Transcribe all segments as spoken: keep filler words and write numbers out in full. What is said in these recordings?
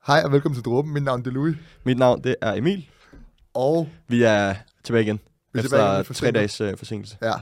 Hej og velkommen til Dråben. Mit navn er Louis. Mit navn det er Emil. Og vi er tilbage igen. Vi er efter tilbage igen tre dages uh, forsinkelse. Ja,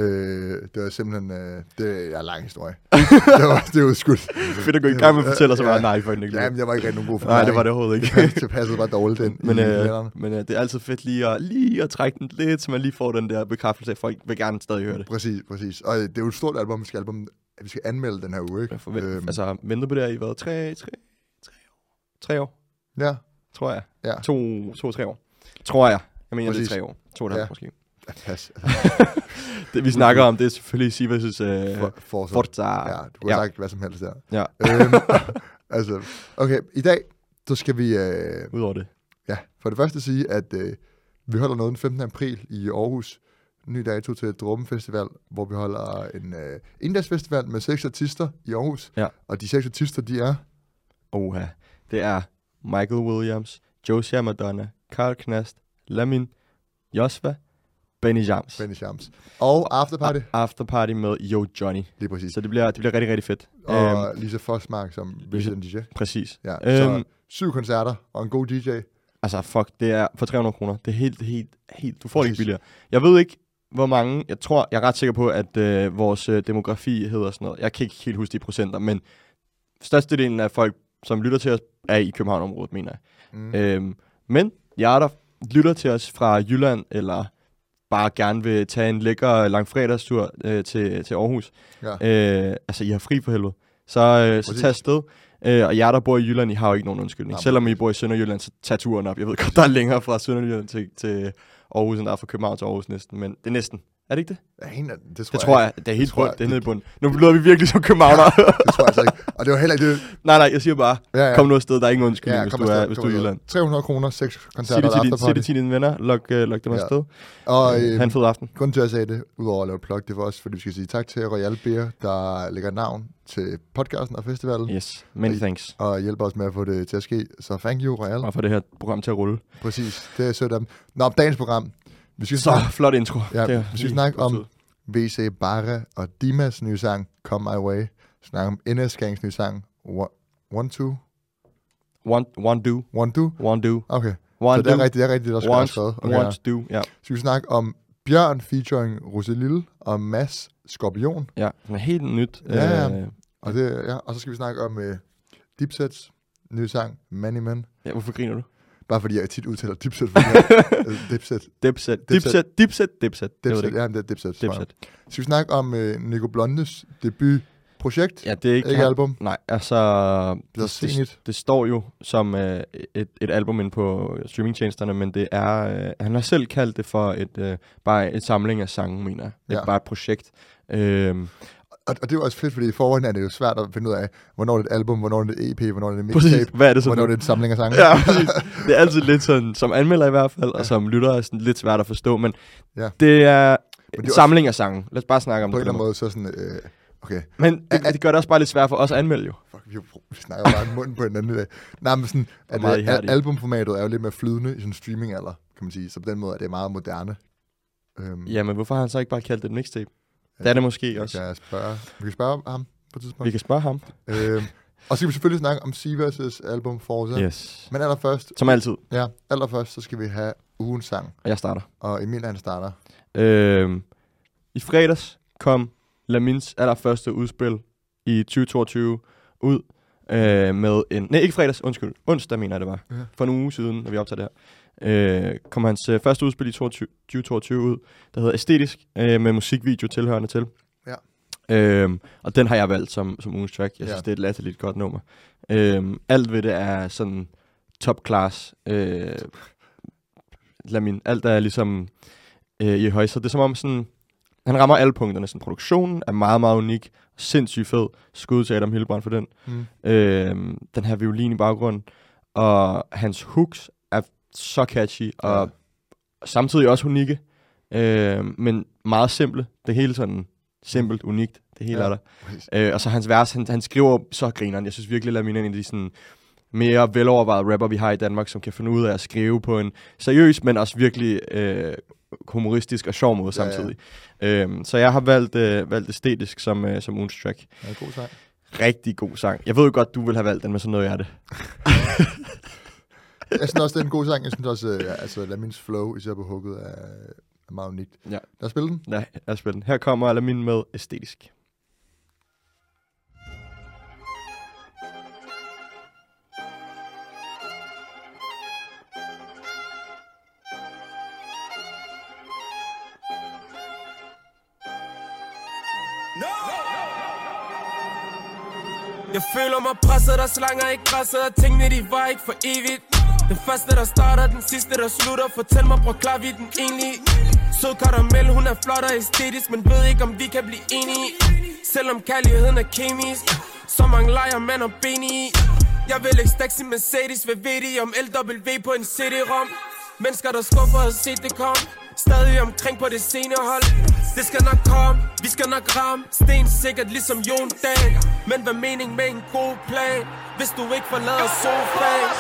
øh, det var simpelthen... Øh, det er en lang historie. det var det var skudt. Fedt at gå i gang med at fortælle, og så var ja. nej, for ikke ja, men jeg var ikke rigtig nogen god for Nej, det var det overhovedet ikke. Det passede bare dårligt ind. Men, øh, men øh, det er altid fedt lige at, lige at trække den lidt, så man lige får den der bekræftelse af, at folk vil gerne stadig høre det. Præcis, præcis. Og det er jo et stort album, vi skal, album, vi skal anmelde den her uge, ikke? Forvent, øhm. Altså, venter på det her i hvad? Tre, tre, tre år? Tre år? Ja. Tror jeg. Ja. To, to, tre år. Tror jeg. Jeg mener, præcis. Det er tre år. To og et halvt ja. måske. Ja, pas. det, vi snakker om, det er selvfølgelig Sivas' uh, For, Forza. Forza. Ja, du har ja. sagt hvad som helst der. Ja. øhm, altså, okay, i dag, så skal vi... Øh, Udover det. Ja, for det første sige, at øh, vi holder noget den femtende april i Aarhus. En ny dato til Dråben Festival, hvor vi holder en øh, inddagsfestival med seks artister i Aarhus. Ja. Og de seks artister, de er... Oha. Det er Michael Williams, Josia Madonna, Carl Knast, Lamin, Josva, Benny Jams. Benny Jams. Og Afterparty. Afterparty med Yo Johnny. Lige præcis. Så det bliver, det bliver rigtig, rigtig fedt. Og um, Lisa Forsmark som resident D J. Præcis. Ja, så um, syv koncerter og en god D J. Altså, fuck, det er for tre hundrede kroner. Det er helt, helt, helt... Du får det ikke billigere. Jeg ved ikke, hvor mange... Jeg tror, jeg er ret sikker på, at øh, vores øh, demografi hedder sådan noget. Jeg kan ikke helt huske de procenter, men størstedelen af folk, som lytter til os, er i København-området, mener jeg. Mm. Øhm, men jeg der lytter til os fra Jylland, eller bare gerne vil tage en lækker langfredagstur øh, til, til Aarhus. Ja. Øh, altså, I har fri for helvede. Så, øh, så tag afsted. Øh, og jer, der bor i Jylland, I har jo ikke nogen undskyldning. Nej, selvom I bor i Sønderjylland, så tag turen op. Jeg ved godt, der er længere fra Sønderjylland til, til Aarhus, end der er fra København til Aarhus næsten. Men det er næsten. Er det ikke det? Ja, det tror, det jeg, tror jeg. Det er helt rundt. Det er nede i bunden. Nu lyder vi virkelig som københavner. Ja, det tror jeg altså ikke. Og det var heller ikke det. Nej, nej, jeg siger bare, ja, ja. Kom nu afsted. Der er ingen undskyldning, ja, hvis, du er, hvis du er i Jylland. tre hundrede kroner, seks koncerter og afterparty. Sig det til dine venner. Lok, uh, lok dem ja. afsted. Og øh, ha' en fed aften. Grunden til, at jeg sagde det, udover at lave plug, det var også, fordi vi skal sige tak til Royal Beer, der lægger navn til podcasten og festivalen. Yes, many og, thanks. Og hjælper os med at få det til at ske. Så thank you, Royal. Og for det her program til at rulle. Præcis, det er sødt af dem. Nå, dagens program. Vi skal så snakke, flot intro. Ja, vi skal snakke om V C Barre og Dimas nye sang, Come My Way. Snakke om N S Gangs nye sang, One Two. One, one Do. One Do? One Do. Okay, one så do. det er rigtigt, det er rigtigt, der skal have skrevet. Okay, one ja. Do, ja. Så skal vi snakke om Bjørn featuring Roselille og Mads Skorpion. Ja, det er helt nyt. Ja, ja. Og, det, ja. og så skal vi snakke om uh, Dipsets nye sang, Many Men. Ja, hvorfor griner du? Bare fordi jeg tit udtaler Dipset. Dipset. Dipset. Dipset. Dipset. Dipset. Dipset. Ja, det er Dipset. Dipset. Skal vi snakke om uh, Nico Blondes debutprojekt? Ja, det er ikke, ikke album. Nej, altså det, det, det, det står jo som uh, et, et album ind på streamingtjenesterne, men det er uh, han har selv kaldt det for et uh, bare et samling af sange, mener jeg. Det er ja. bare et projekt. Uh, Og, og det er jo også fedt, fordi i forvejen er det jo svært at finde ud af, hvornår det er et album, hvornår det er et E P, hvornår det er et mixtape, Hvad er det så hvornår nu? det er en samling af sange. Ja, det er altid lidt sådan, som anmelder i hvert fald, ja. og som lytter er sådan lidt svært at forstå, men ja. det er en det er samling af sange. Lad os bare snakke om på det. På en eller anden måde, så sådan, øh, okay. Men det, det gør det også bare lidt svært for os at anmelde jo. Fuck, vi, vi snakker bare munden på hinanden i dag. Nej, men sådan, at al- al- albumformatet er jo lidt mere flydende i sådan en streaming-alder, kan man sige. Så på den måde er det meget moderne. Øhm. Ja, men hvorfor har han så ikke bare kaldt det et mixtape? Ja, det er det måske også. Kan jeg spørge. Vi kan spørge ham på et tidspunkt. Vi kan spørge ham. Øhm, og så skal vi selvfølgelig snakke om Sivas' album Forza. Yes. Men allerførst... Som altid. Ja, allerførst så skal vi have ugens sang. Og jeg starter. Og Emil han starter. Øhm, I fredags kom Lamins allerførste udspil i tyve toogtyve ud øh, med en... Nej, ikke fredags, undskyld. Onsdag mener jeg det var. Ja. For en uge siden, når vi optager det her. Øh, kom hans øh, første udspil i tyve toogtyve ud, der hedder Æstetisk, øh, med musikvideo tilhørende til. Ja. Øhm, og den har jeg valgt som, som ugens track. Jeg synes, ja. det er et latterligt godt nummer. Øhm, alt ved det er sådan top class. Øh, Lamin, alt er ligesom øh, i højse. Det er som om sådan, han rammer alle punkterne. Sådan, produktionen er meget, meget unik. Sindssygt fed. Skud til Adam Hillebrand for den. Mm. Øhm, den her violin i baggrunden. Og hans hooks er så catchy. Og ja. samtidig også unikke. Øh, men meget simple. Det hele sådan simpelt, unikt. Det hele ja, er der. Øh, og så hans vers, han, han skriver så grineren. Jeg synes virkelig, at Lamin er en af de sådan mere velovervejede rapper, vi har i Danmark, som kan finde ud af at skrive på en seriøs, men også virkelig øh, humoristisk og sjov måde samtidig. Ja, ja. Øhm, så jeg har valgt, øh, valgt Æstetisk som, øh, som ugens track. Ja, god sej. rigtig god sang. Jeg ved jo godt, du vil have valgt den med sådan noget hjerte. Jeg synes også, det er en god sang. Jeg synes også, uh, altså Lamins flow, især på hugget, er, er meget unikt. Ja. Lad os spille den. Ja, lad os spille den. Her kommer Lamin med æstetisk. Jeg føler mig presset, der slanger ikke græsset, og tingene de var ikke for evigt. Den første der starter, den sidste der slutter. Fortæl mig, bror, klar vi den egentlig. Sød karamel, hun er flot og æstetisk, men ved ikke om vi kan blive enige. Selvom kærligheden er kemisk, så mange leger man og ben i. Jeg vil ikke stakke sin Mercedes, hvad ved de om L W på en C D-rom. Mennesker der skuffer og set det kom, stadig omkring på det scenehold. Det skal nok komme, vi skal nok ramme, sten sikkert ligesom Jon Dahl. Men hvad mening med en god plan, hvis du ikke forlader sofaen?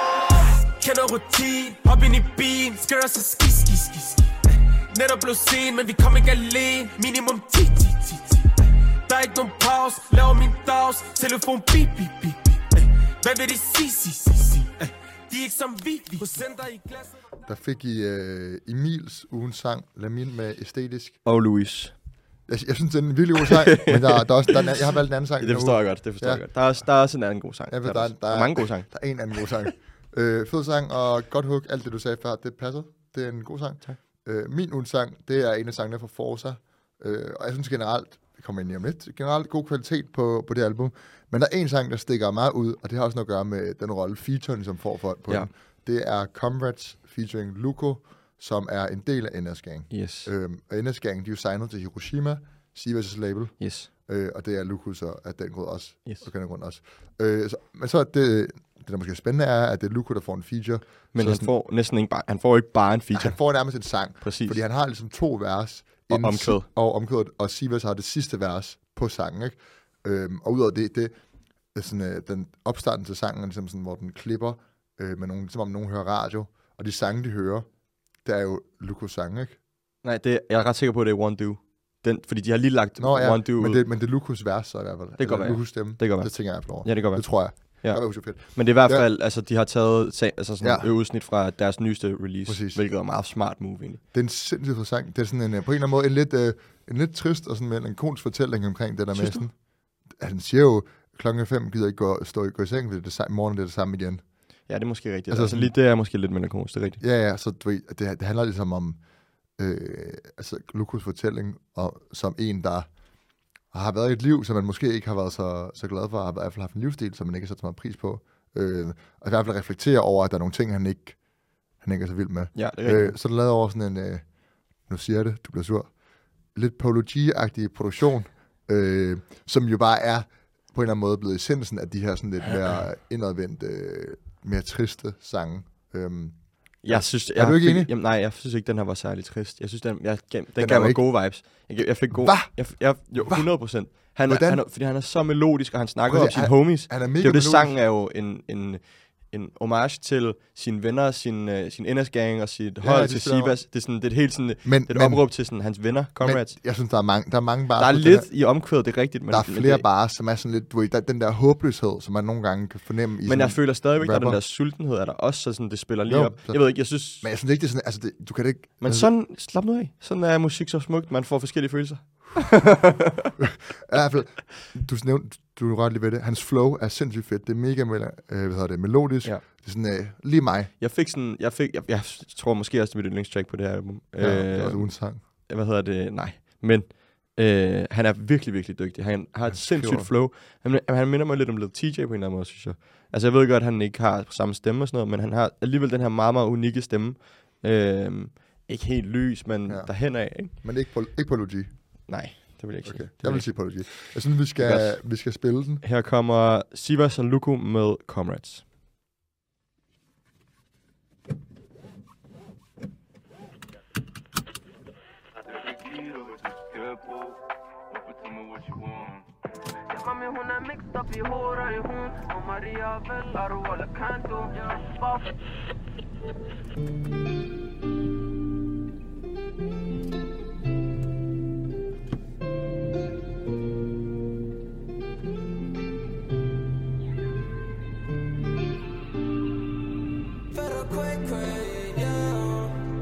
Kender rutin, hop ind i bilen, skal der så ski, ski, ski, ski. Netop blev sen, men vi kom ikke alene, minimum ti, ti, ti, ti. Der er ikke nogen pause, laver min dags, telefon bip, bip, bip, bip. Hvad vil de sige, sige, sige, sige? De er ikke som vi, vi procenter i glasset. Der fik I uh, Emils ugens sang, Lamin med æstetisk. Og Louis. Jeg, jeg synes, det er en virkelig god sang, men der, der er også, der er, jeg har valgt en anden sang. Det forstår jeg godt, det forstår ja. jeg godt. Der er, også, der er også en anden god sang. Ja, der, der, der, er, der, der er mange gode sange. Der er en anden god sang. øh, fed sang og godt hook. Alt det, du sagde før, det passer. Det er en god sang. Tak. Øh, min ugens sang, det er en af sangene fra Forza. Øh, og jeg synes generelt, det kommer ind i om lidt, generelt god kvalitet på, på det album. Men der er en sang, der stikker meget ud, og det har også noget at gøre med den rolle, featuren, som får folk på ja. den. Det er Comrades featuring Luko, som er en del af N S Gang. Yes. Øhm, og N S Gang, de er jo signet til Hiroshima, Sivas' label. Yes. Øh, og det er Luko så af den grund også. Yes. Og den grund også. Øh, så, men så det, det, der måske er spændende, er, at det er Luko, der får en feature. Men så han sådan, får næsten ikke bare, han får ikke bare en feature. Han får nærmest en sang. Præcis. Fordi han har ligesom to vers. Og omkvæd. Og omkvædet, og Sivas har det sidste vers på sangen, ikke? Øhm, og udover det, det er sådan, øh, den opstarten til sangen, er ligesom sådan, hvor den klipper, øh, med nogen, ligesom om nogen hører radio. Og de sange, de hører, det er jo Lukos sang, ikke? Nej, det, jeg er ret sikker på, at det er One Do. Den, fordi de har lige lagt Nå, ja, One Do men ud. det, men det er Lukos vers, så i hvert fald. Det går være. Lukos stemme. Det går være. Det tænker jeg, jeg Ja, det går være. Det tror jeg. Ja. Det var fedt. Men det er i hvert ja. fald, altså de har taget altså sådan ja. et udsnit fra deres nyeste release, Præcis. Hvilket er meget smart move egentlig. Det er en sindssygt fed sang. Det er sådan en, på en eller anden måde en lidt, uh, en lidt trist og sådan med en kons fortælling omkring det der med sådan. Han siger jo, klokken fem gider ikke gå, stå, gå i seng, fordi det er morgen det er det samme igen. Ja, det er måske rigtigt. Altså, altså lige det er måske lidt melankolsk, det er rigtigt. Ja, ja, så du ved, det, det handler ligesom om øh, altså Lukos fortælling, og som en, der har været i et liv, som man måske ikke har været så, så glad for, har i hvert fald haft en livsstil, som man ikke har sat så meget pris på. Øh, og i hvert fald reflektere over, at der er nogle ting, han ikke, han ikke er så vild med. Ja, det er rigtigt. Øh, så er der lavet over sådan en, øh, nu siger jeg det, du bliver sur, lidt Polo G-agtig produktion, øh, som jo bare er på en eller anden måde blevet essensen af de her sådan lidt mere indadvendte, øh, mere triste sange. Øhm, jeg synes, er jeg du ikke fik, enig? Jamen, nej, jeg synes ikke, den her var særlig trist. Jeg synes, den, jeg, den, den den gav mig ikke... gode vibes. Jeg, jeg fik gode... Hvad? Jeg, jeg, jo, hundrede procent. Han, er, han er, fordi han er så melodisk, og han snakker om sine han, homies. Han er mega det er jo det, sangen er jo en, en, en homage til sine venner, sin, uh, sin N S-gang og sit hold ja, til Sivas. Det er sådan, det er et helt sådan, men, det er et opråb til sådan, hans venner, comrades. Men, jeg synes, der er mange, der er mange bars. Der er lidt i omkvædet, det er rigtigt. Men, der er flere det, bars, som er sådan lidt, du ved, der, den der håbløshed, som man nogle gange kan fornemme i. Men jeg føler stadigvæk, at den der sultenhed er der også, så sådan, det spiller lige jo, op. Så, jeg ved ikke, jeg synes... Men jeg synes ikke, det er sådan, altså, det, du kan det ikke... Men altså, sådan, slap nu af. Sådan er musik så smukt, man får forskellige følelser. I hvert fald, du nævnte, du er ret lige ved det. Hans flow er sindssygt fedt. Det er mega øh, hvad hedder det, melodisk. Ja. Det er sådan øh, lige mig. Jeg fik sådan, jeg fik, jeg, jeg tror måske også det er mit yndlingstrack på det her album. Ja, øh, det er også ugens sang. Hvad hedder det? Nej, men øh, han er virkelig, virkelig dygtig. Han har et han sindssygt skriver. flow. Han, han minder mig lidt om lidt T J på en eller anden måde, synes jeg. Altså jeg ved godt, at han ikke har samme stemme og sådan noget, men han har alligevel den her meget, meget unikke stemme. Øh, ikke helt lys, men ja. derhen af. Ikke? Men ikke på, ikke på Logi. Nej. Det vil jeg ikke okay. sige. Jeg vil sige Polo G. Jeg synes, vi skal, vi skal spille den. Her kommer Sivas og Luko med Comrades. Mami, hun er mixed up i hovedet i hun, og Maria vel, er du alle kan du? quake, quake, yeah.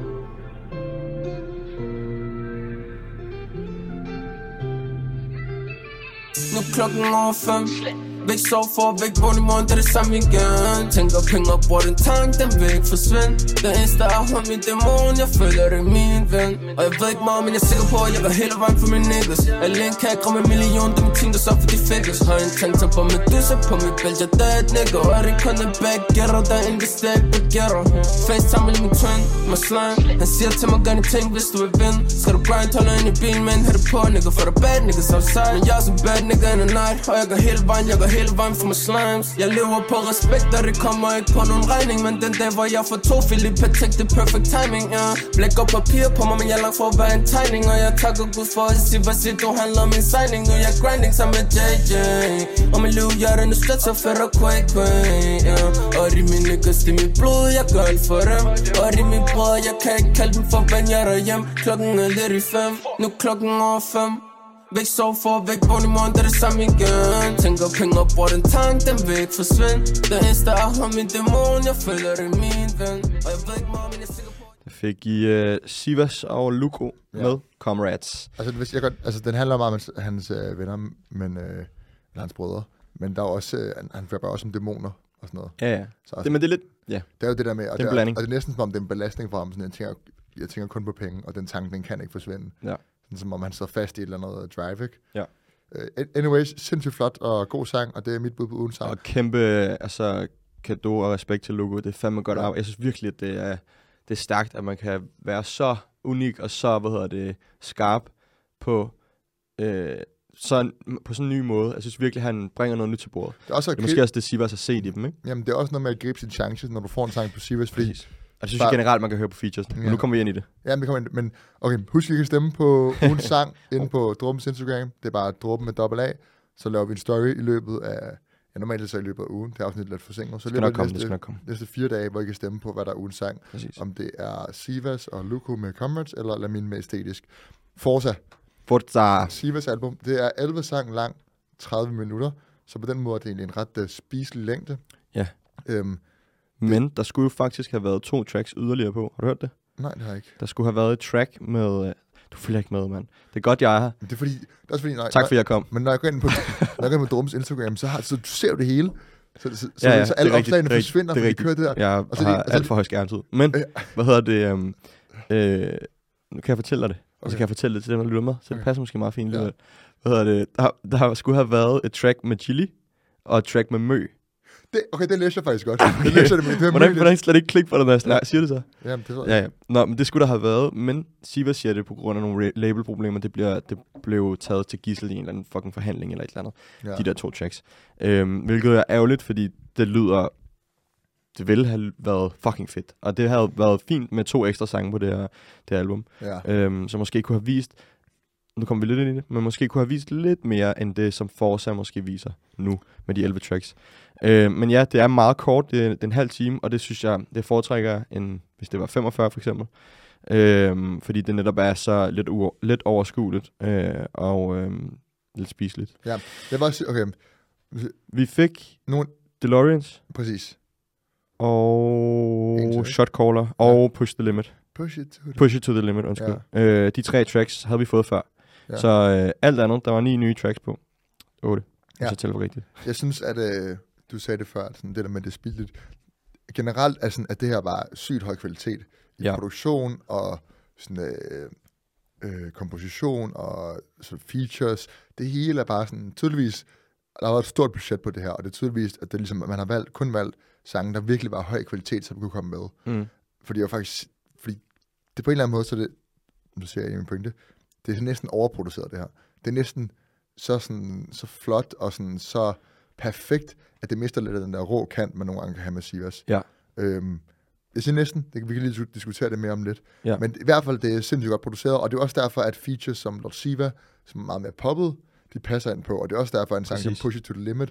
Nu klokken over fem. Væk sov for, væk vågen i morgen, det er det samme igen. Tænker penge op, hvor den tank, den vil ikke forsvinde. Det eneste er at min dæmon, jeg føler det er min ven. Og jeg ved ikke meget, men jeg er sikker på, at jeg går hele vejen for mine niggas. Alene kan jeg kramme en million, det er min ting, der så for de figures. Har en tank, som på Medusa, på mit bælt, jeg der er et nigga. Og er det kun en backgetter, der investerer i baguetter. FaceTime med min twin, med slime. Han siger til mig, gør en ting, hvis du vil vinde. Skal du grind, holde ind i bilen, men hæt det på, nigga. For der bad niggas outside. Men jeg er så bad nigga in the night. Og jeg går hele vejen, jeg går hele vejen for mig slimes. Jeg lever på respekt, og det kommer ikke på nogen regning. Men den dag, hvor jeg får to Philip Patek, det er perfect timing, ja yeah. Blæk og papir på mig, men jeg er langt for at være en tegning. Og jeg takker Gud for at sige, hvad siger du handler om min signing. Nu jeg grinding sammen med J J. Og min liv, jeg er den støt, så fedt og quake, quake, yeah. Og de mine niggas, det er mit blod, jeg gør alt for dem. Og de mine brødre, jeg kan ikke kalde dem for ven, jeg er derhjem. Klokken er lidt i fem, nu klokken over fem. Væk sov for, væk vågen i morgen, det er det samme igen. Tænker penge op, hvor den tank, den vil ikke forsvinde. Det eneste er at min dæmon, jeg føler det er min ven. Og jeg ved ikke meget, men jeg er sikker på. Jeg fik i uh, Sivas og Luko ja. med Comrades. Altså, hvis jeg godt, altså, den handler meget om hans, hans øh, venner, men, øh, eller hans brødre. Men der er også, øh, han, han bare også om dæmoner og sådan noget. Ja, ja. Så, altså, det, men det er lidt, ja. Det er jo det der med, og det er, det er, og det er næsten som om det er en belastning for ham. Sådan, jeg, tænker, jeg tænker kun på penge, og den tanke, den kan ikke forsvinde. Ja. Sådan, som om han står fast i et eller andet drive, ikke? Ja. Uh, anyways, sindssygt flot og god sang, og det er mit bud på ugens sang. Og kæmpe, altså, cadeau og respekt til Luko. Det er fandme godt ja. af. Jeg synes virkelig, at det er, det er stærkt, at man kan være så unik og så, hvad hedder det, skarp på, øh, så, på sådan en ny måde. Jeg synes virkelig, at han bringer noget nyt til bordet. Det er, også det er måske også det, Sivas har set i dem, ikke? Jamen, det er også noget med at gribe sin chance, når du får en sang på Sivas, fordi... Præcis. Jeg synes bare, generelt, man kan høre på features. Men ja. nu kommer vi ind i det. Ja, men det kommer ind. Men okay, husk, I kan stemme på ugens sang inde på Dråbens Instagram. Det er bare Dråben med dobbelt A. Så laver vi en story i løbet af... Ja, normalt så i løbet af ugen. Det er også lidt forsinket. Så løber det næste, næste fire dage, hvor I kan stemme på, hvad der er ugens sang. Præcis. Om det er Sivas og Luko med Comrades, eller Lamin med Æstetisk. Forza. Forza. Sivas album. Det er elleve sang lang, tredive minutter. Så på den måde er det egentlig en ret uh, spiselig længde. Ja. Øhm, Men der skulle jo faktisk have været to tracks yderligere på. Har du hørt det? Nej, det har jeg ikke. Der skulle have været et track med... Du følger ikke med, mand. Det er godt, jeg er her. Det er fordi... Det er også fordi nej, tak for, jeg kom. Men når jeg går ind på, når jeg går ind på Drums Instagram, så, har, så du ser jo det hele. Så, så, så, ja, ja, så alle opslagene forsvinder, fordi de kører det der. Jeg og så har det, altså alt for høj skærmtid. Men, ja. hvad hedder det... Um, øh, nu kan jeg fortælle dig det. Okay. Og så kan jeg fortælle det til dem, der lytter med. Så det okay. passer måske meget fint. Ja. Hvad hedder det? Der, der skulle have været et track med Chili og et track med Mø. Det, okay, det læser jeg faktisk godt. Okay. Det læser det, det hvordan, hvordan slet ikke klikke på det, når jeg ja. siger det så? Jamen, det ved jeg. Ja, ja. Nå, men det skulle der have været, men Siva siger det på grund af nogle labelproblemer. Det, bliver, det blev taget til gidsel i en eller anden fucking forhandling eller et eller andet. Ja. De der to tracks. Øhm, hvilket er ærgerligt, fordi det lyder... Det ville have været fucking fedt. Og det havde været fint med to ekstra sange på det her, det her album. Ja. Øhm, så måske kunne have vist... Nu kommer vi lidt ind i det, men måske kunne have vist lidt mere, end det, som Forza måske viser nu, med de elleve tracks. Øh, men ja, det er meget kort, det er, det er en halv time, og det synes jeg, det foretrækker, end hvis det var femogfyrre for eksempel. Øh, fordi det netop er så lidt, u- lidt overskueligt, øh, og øh, lidt spiseligt. Ja, det var okay. Vi fik nogle DeLoreans. Præcis. Og Shotcaller, og ja. Push the Limit. Push it to the, Push it to the limit, undskyld. Ja. Øh, de tre tracks havde vi fået før. Ja. Så øh, alt andet, der var ni nye tracks på. otte. Ja. Så tæller rigtigt. Jeg synes, at øh, du sagde det før, sådan det der med det spildet. Generelt er sådan, at det her var sygt høj kvalitet i ja. produktion og sådan, øh, øh, komposition og så features. Det hele er bare sådan, tydeligvis, der var et stort budget på det her, og det er tydeligvis, at det ligesom, man har valgt, kun valgt sange, der virkelig var høj kvalitet, så kunne komme med. Mm. Fordi jeg faktisk, fordi det på en eller anden måde, så det, nu ser jeg i min pointe, det er næsten overproduceret det her. Det er næsten så, sådan, så flot og sådan, så perfekt, at det mister lidt af den der rå kant, man nogle gange kan have med Sivas. Ja. Øhm, jeg siger næsten, det, vi kan lige diskutere det mere om lidt, ja. Men i hvert fald, det er sindssygt godt produceret, og det er også derfor, at features som Lord Siva, som er meget mere poppet, de passer ind på, og det er også derfor, at en sang som Push It to the Limit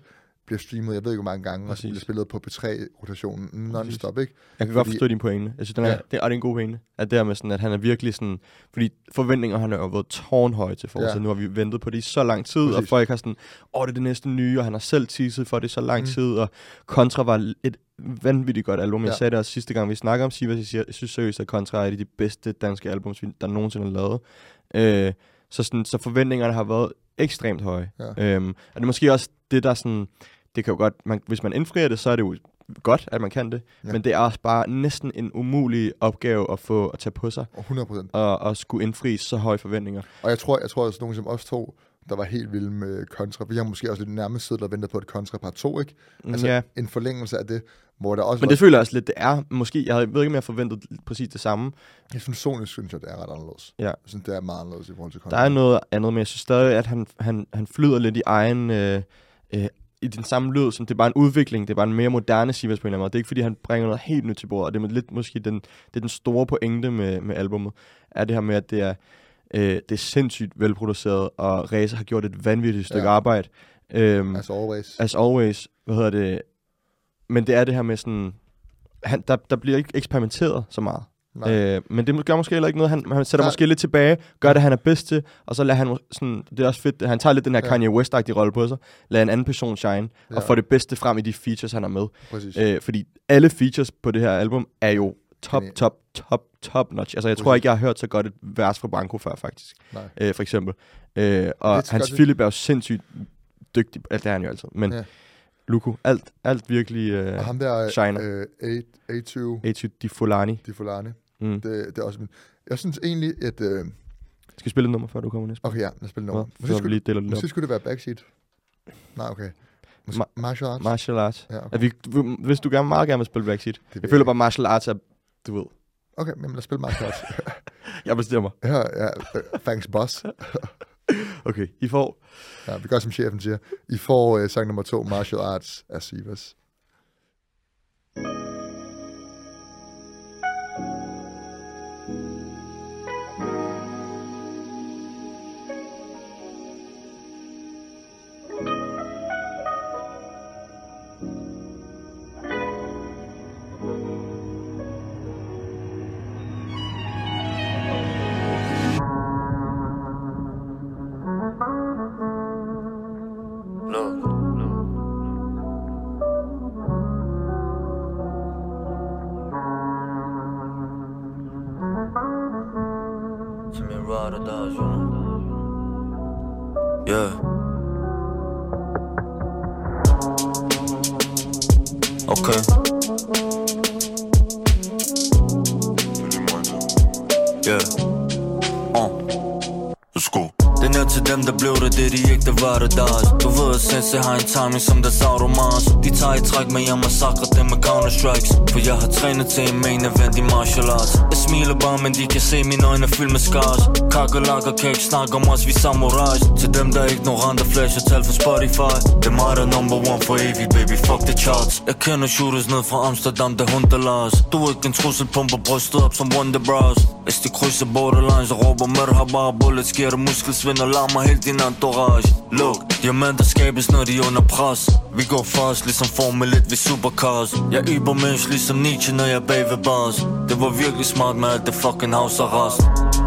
bliver streamet, jeg ved ikke hvor mange gange, Præcis. og bliver spillet på P tre-rotationen non-stop, ikke? Jeg kan fordi, godt forstå din pointe. Jeg synes, den er, ja. det, er, det er en god pointe. At det er med sådan, at han er virkelig sådan, fordi forventninger han har jo været tårnhøje til Forza. Ja. Nu har vi ventet på det i så lang tid, Præcis. og folk har sådan, åh, det er det næste nye, og han har selv teaset for det i så lang mm. tid, og Contra var et vanvittigt godt album. Jeg ja. sagde det også sidste gang, vi snakker om Sivas, jeg, siger, jeg synes seriøst, at Contra er et af de bedste danske albums, der nogensinde har lavet. Øh, så, sådan, så forventningerne har været ekstremt høje. Ja. Øhm, og det er måske også det, der sådan, det kan jo godt, man, hvis man indfrier det, så er det jo godt, at man kan det, ja. men det er også bare næsten en umulig opgave at få at tage på sig. hundrede procent. Og, og skulle indfri så høje forventninger. Og jeg tror, jeg tror også nogen som os to, der var helt vilde med Contra. Vi har måske også lidt nærmest siddet og ventet på et Contra part to, ikke? Altså ja. en forlængelse af det, hvor der også Men det føler jeg også lidt, det er måske, jeg ved ikke, om jeg har forventet præcis det samme. Jeg synes, personligt synes jeg, det er ret anderledes. Ja. Jeg synes, det er meget anderledes i forhold til Contra. Der er noget andet, men jeg synes stadig, at han, han, han flyder lidt i egen... Øh, øh, i den samme lyd, som det er bare en udvikling, det er bare en mere moderne Sivas på en eller anden måde. Det er ikke, fordi han bringer noget helt nyt til bordet, og det er lidt måske den, det er den store pointe med, med albumet, er det her med, at det er, øh, det er sindssygt velproduceret, og Reza har gjort et vanvittigt stykke ja. arbejde. Øhm, as always. As always, hvad hedder det, men det er det her med sådan, han, der, der bliver ikke eksperimenteret så meget. Øh, men det gør måske heller ikke noget. Han, han sætter Nej. måske lidt tilbage, gør det, han er bedst til, og så lader han sådan, det er også fedt, han tager lidt den her ja. Kanye West-agtige rolle på sig, lader en anden person shine, ja. og får det bedste frem i de features, han har med. Øh, fordi alle features på det her album er jo top, top, top, top notch. Altså, jeg Præcis. tror ikke, jeg har hørt så godt et vers fra Branko før, faktisk. Øh, for eksempel. Øh, og hans Philip er jo sindssygt dygtig, altså, det er han jo altid, men... Ja. Luko, alt, alt virkelig øh, og ham der, shiner. Øh, A tyve. A tyve Di Fulani. Di Fulani. Mm. Det, det er også min... Jeg synes egentlig, at... Øh... Skal vi spille et nummer, før du kommer næste? Okay, ja, lad os spille et nummer. Måske, skulle, det måske skulle det være Backseat. Nej, okay. Mås- Ma- martial arts? Martial arts. Ja, okay. Er vi, hvis du gerne meget gerne vil spille Backseat. Jeg føler jeg. bare, martial arts er... Du ved. Okay, men lad os spille martial arts. Jeg bestemmer. Ja, ja. Thanks, boss. Okay, I får... Ja, vi gør som chefen siger. I får uh, sang nummer to, Martial Arts af Sivas. Yeah. Okay. Yeah. Uh. Let's go. Den er til dem, der blev det, det de ikke, der var det deres. Du ved, at Sensei har en timing som der Sauron-Mars. De tager i træk, men jeg massakrer dem med counter-strikes. For jeg har trænet til en main event i martial arts. Jeg smiler bare, men de kan se mine øjne fyldt med scars. Kakerlakker kan ikke snakke om os, vi samurais. Til dem, der er ignorante, flasher tal for Spotify. Det er mig, der number one for evigt, baby, fuck the charts. Jeg kender shooters ned fra Amsterdam, der hunter Lars. Du er ikke en trussel, pumper brystet op som Wonder Bros. Hvis de krydser borderlines og råber merhaba, bullets giver dig muskelsvind og larmer helt din entourage. Look, diamanter skabes, når de er under pres. Vi går fast, ligesom Formel et ved supercars. Jeg yber mens, ligesom Nietzsche, når jeg er bag ved bars. Det var virkelig smart med alt det fucking havsarrest.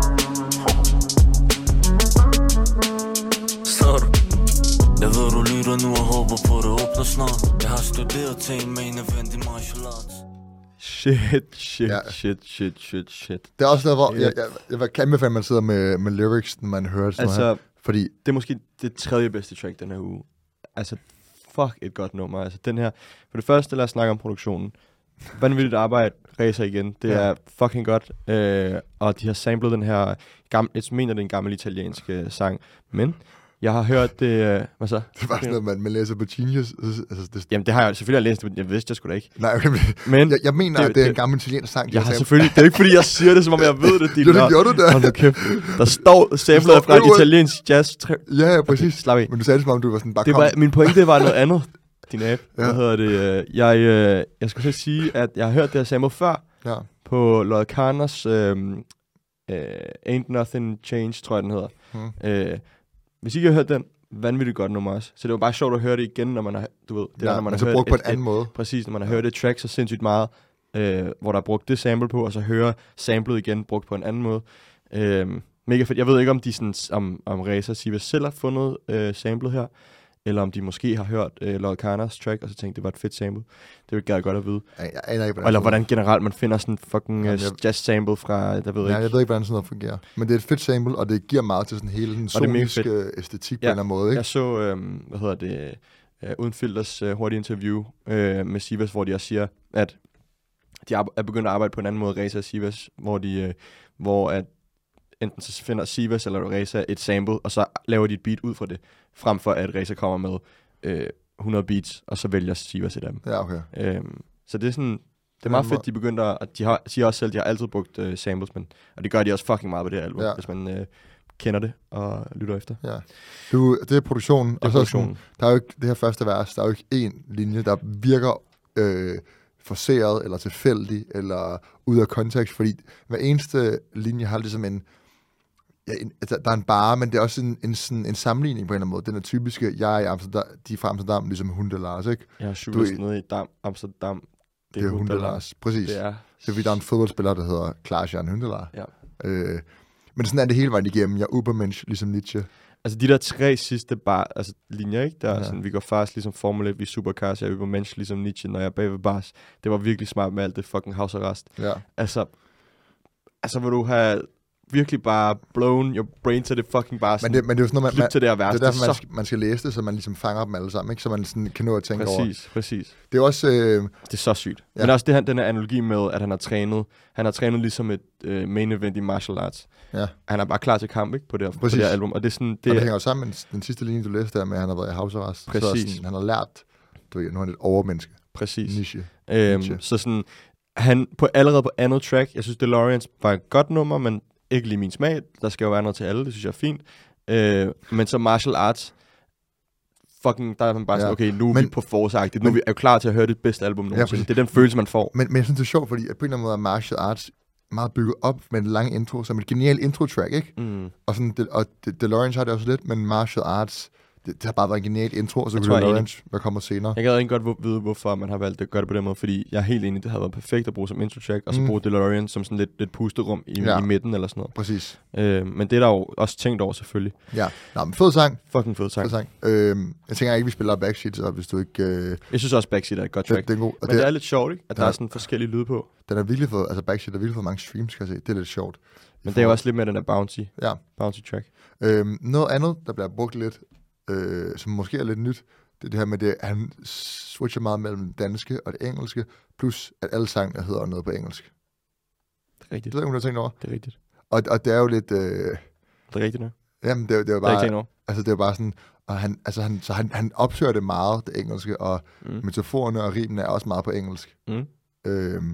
Så du? Jeg ved, du lytter nu og håber på, det åbner snart. Jeg har studeret til en main event i martial arts. Shit, shit, ja. shit, shit, shit, shit. Det er også noget, hvor jeg, jeg, jeg vil kæmpe, at man sidder med, med lyrics, når man hører sådan altså, her. Fordi det er måske det tredje bedste track den her uge. Altså, fuck et godt nummer. Altså, den her, for det første, lad os snakke om produktionen. Vanvittigt arbejde, Reza igen. Det ja. er fucking godt. Øh, og de har samlet den her, gamle, jeg mener, det er en gammel italiensk øh, sang. Men jeg har hørt det... Øh, hvad så? Det er bare sådan noget, man, man læser på Genius. Altså, det... Jamen, det har jeg selvfølgelig læst, men jeg vidste jeg sgu da ikke. Nej, okay, men, men jeg, jeg mener, det, at det er en gammel italiensk sang. Jeg har selvfølgelig... Det er ikke, fordi jeg siger det, som om jeg ved det. Jo, det gjorde du da. Hold nu kæft. Der står samlet fra et italiensk jazz. Ja, ja, præcis. Slap af. Men du sagde det, som om du var sådan bare det kom. Var, min pointe var noget andet. Din app. Ja. Hvad hedder det? Jeg, øh, jeg skulle så sige, at jeg har hørt det her sample før. Ja. På Lloyd Carners øh, øh, Ain't Nothing Change, tror jeg, den hedder. Hmm. Øh, hvis I ikke har hørt den, vanvittigt godt nummer også. Så det var bare sjovt at høre det igen, når man har, du ved, det ja, der, når man men har så hørt brugt på et, en anden et, måde. Præcis, når man har ja. hørt et track så sindssygt meget, øh, hvor der er brugt det sample på, og så høre samplet igen brugt på en anden måde. Øh, mega fedt. Jeg ved ikke, om de sådan, om, om Reza Sivas selv har fundet øh, samplet her, eller om de måske har hørt øh, Lord Kanas track, og så tænkte, det var et fedt sample. Det vil jeg godt at vide. Ja, jeg aner ikke, hvordan eller hvordan generelt man finder sådan en fucking Jamen, uh, jeg... jazz-sample fra, der ved ja, ikke. jeg ved ikke, hvordan sådan noget fungerer. Men det er et fedt sample, og det giver meget til sådan hele den soniske æstetik ja, på en eller anden måde. Ikke? Jeg så, øh, hvad hedder det, uh, Uden Filters uh, hurtige interview uh, med Sivas, hvor de også siger, at de er begyndt at arbejde på en anden måde, Reza og Sivas, hvor de, uh, hvor at enten så finder Sivas eller Reza et sample, og så laver de et beat ud fra det, frem for at Reza kommer med øh, hundrede beats, og så vælger Sivas et af dem. Ja, okay. Øhm, så det er sådan, det er meget fedt, de begynder at, de har, siger også selv, de har altid brugt øh, samples, men, og det gør de også fucking meget på det her album, ja. hvis man øh, kender det og lytter efter. Ja. Du, det er produktionen, det er og så produktionen. Sådan, der er jo ikke, det her første vers, der er jo ikke én linje, der virker øh, forseret, eller tilfældig, eller ud af kontekst, fordi hver eneste linje har ligesom en, ja, en altså, der er en bare, men det er også en, en, sådan, en sammenligning på en eller anden måde. Den er typiske, jeg er i Amsterdam, de er fra Amsterdam, ligesom Hunde Lars, ikke? Jeg har syvest nede i Dam, Amsterdam. Det er Hunde Lars, præcis. Det er, det er fordi, der er en fodboldspiller, der hedder Klaas-Jan Huntelaar. Ja. Øh, men sådan er det hele vejen igennem. Jeg er Ubermensch, ligesom Nietzsche. Altså de der tre sidste bar, altså linjer, ikke? Der er ja. sådan, vi går fast ligesom Formel et, vi er Supercars, jeg er Ubermensch, ligesom Nietzsche, når jeg er bag ved bars. Det var virkelig smart med alt det fucking husarrest. Ja. Altså, altså vil du have virkelig bare blown your brain til det fucking bare sådan, men det, men det er jo sådan noget, man, man, til det her vers. Det er derfor, det er man, så... skal, man skal læse det, så man ligesom fanger dem alle sammen, ikke? Så man sådan kan nå at tænke præcis, over. Præcis, præcis. Det er også... Øh... Det er så sygt. Ja. Men også det her, den her analogi med, at han har trænet, han har trænet ligesom et øh, main event i martial arts. Ja. Han er bare klar til kamp, ikke? På det her, på det her album. Og det er sådan... Det, og det hænger jo sammen med den sidste linje, du læste der med, at han har været i husarrest. Præcis. Så sådan, han har lært, du ved, nu er han et overmenneske. Præcis. Nietzsche. Øhm, Nietzsche. Så sådan, han på, allerede på andet track, jeg synes, DeLoreans var et godt nummer, men ikke lige min smag. Der skal jo være noget til alle, det synes jeg er fint. Øh, men så martial arts, fucking, der er man bare ja. sådan, okay, nu er men, vi på forsagtigt. Nu er vi er jo klar til at høre det bedste album nogensinde. Ja, det er den følelse, man får. Men, men jeg synes, det er sjovt, fordi at på en eller anden måde er martial arts meget bygget op med en lang intro, som et genialt intro-track, ikke? Mm. Og, sådan, det, og DeLoreans har det også lidt, men martial arts, det, det har bare været en genial intro, og så kunne DeLoreans være kommet senere. Jeg kan ikke godt vide, hvorfor man har valgt at gøre det på den måde, fordi jeg er helt enig, det havde været perfekt at bruge som intro-track, og så mm. bruge DeLorean som sådan lidt, lidt pusterum i, ja. i midten eller sådan noget. Præcis. Øh, men det er der jo også tænkt over, selvfølgelig. Ja, nå, men fed sang. Fucking fed sang. Fed sang. Øh, jeg tænker ikke, vi spiller Backseat, så hvis du ikke... Øh... Jeg synes også, Backseat er et godt track. Det, det er god. Men det, det er lidt sjovt, ikke? At der er sådan forskellige lyde på. Den er virkelig fået, altså Backseat er virkelig fået mange streams, kan jeg se. Det er lidt sjovt. Men det er jo også lidt med den der bouncy, ja. bouncy track. Øhm, noget andet, der bliver brugt lidt, øh, som måske er lidt nyt, det er det her med, det, at han switcher meget mellem det danske og det engelske, plus at alle sangene hedder noget på engelsk. Det er rigtigt. Det ved ikke, om du har tænkt over. Det er rigtigt. Og, og det er jo lidt... Øh, det er rigtigt nu. Jamen, det, det er jo bare... Det er ikke altså, det er jo bare sådan... Og han, altså, han, så han, han opsøger det meget, det engelske, og mm. metaforerne og rimene er også meget på engelsk. Mm. Øhm,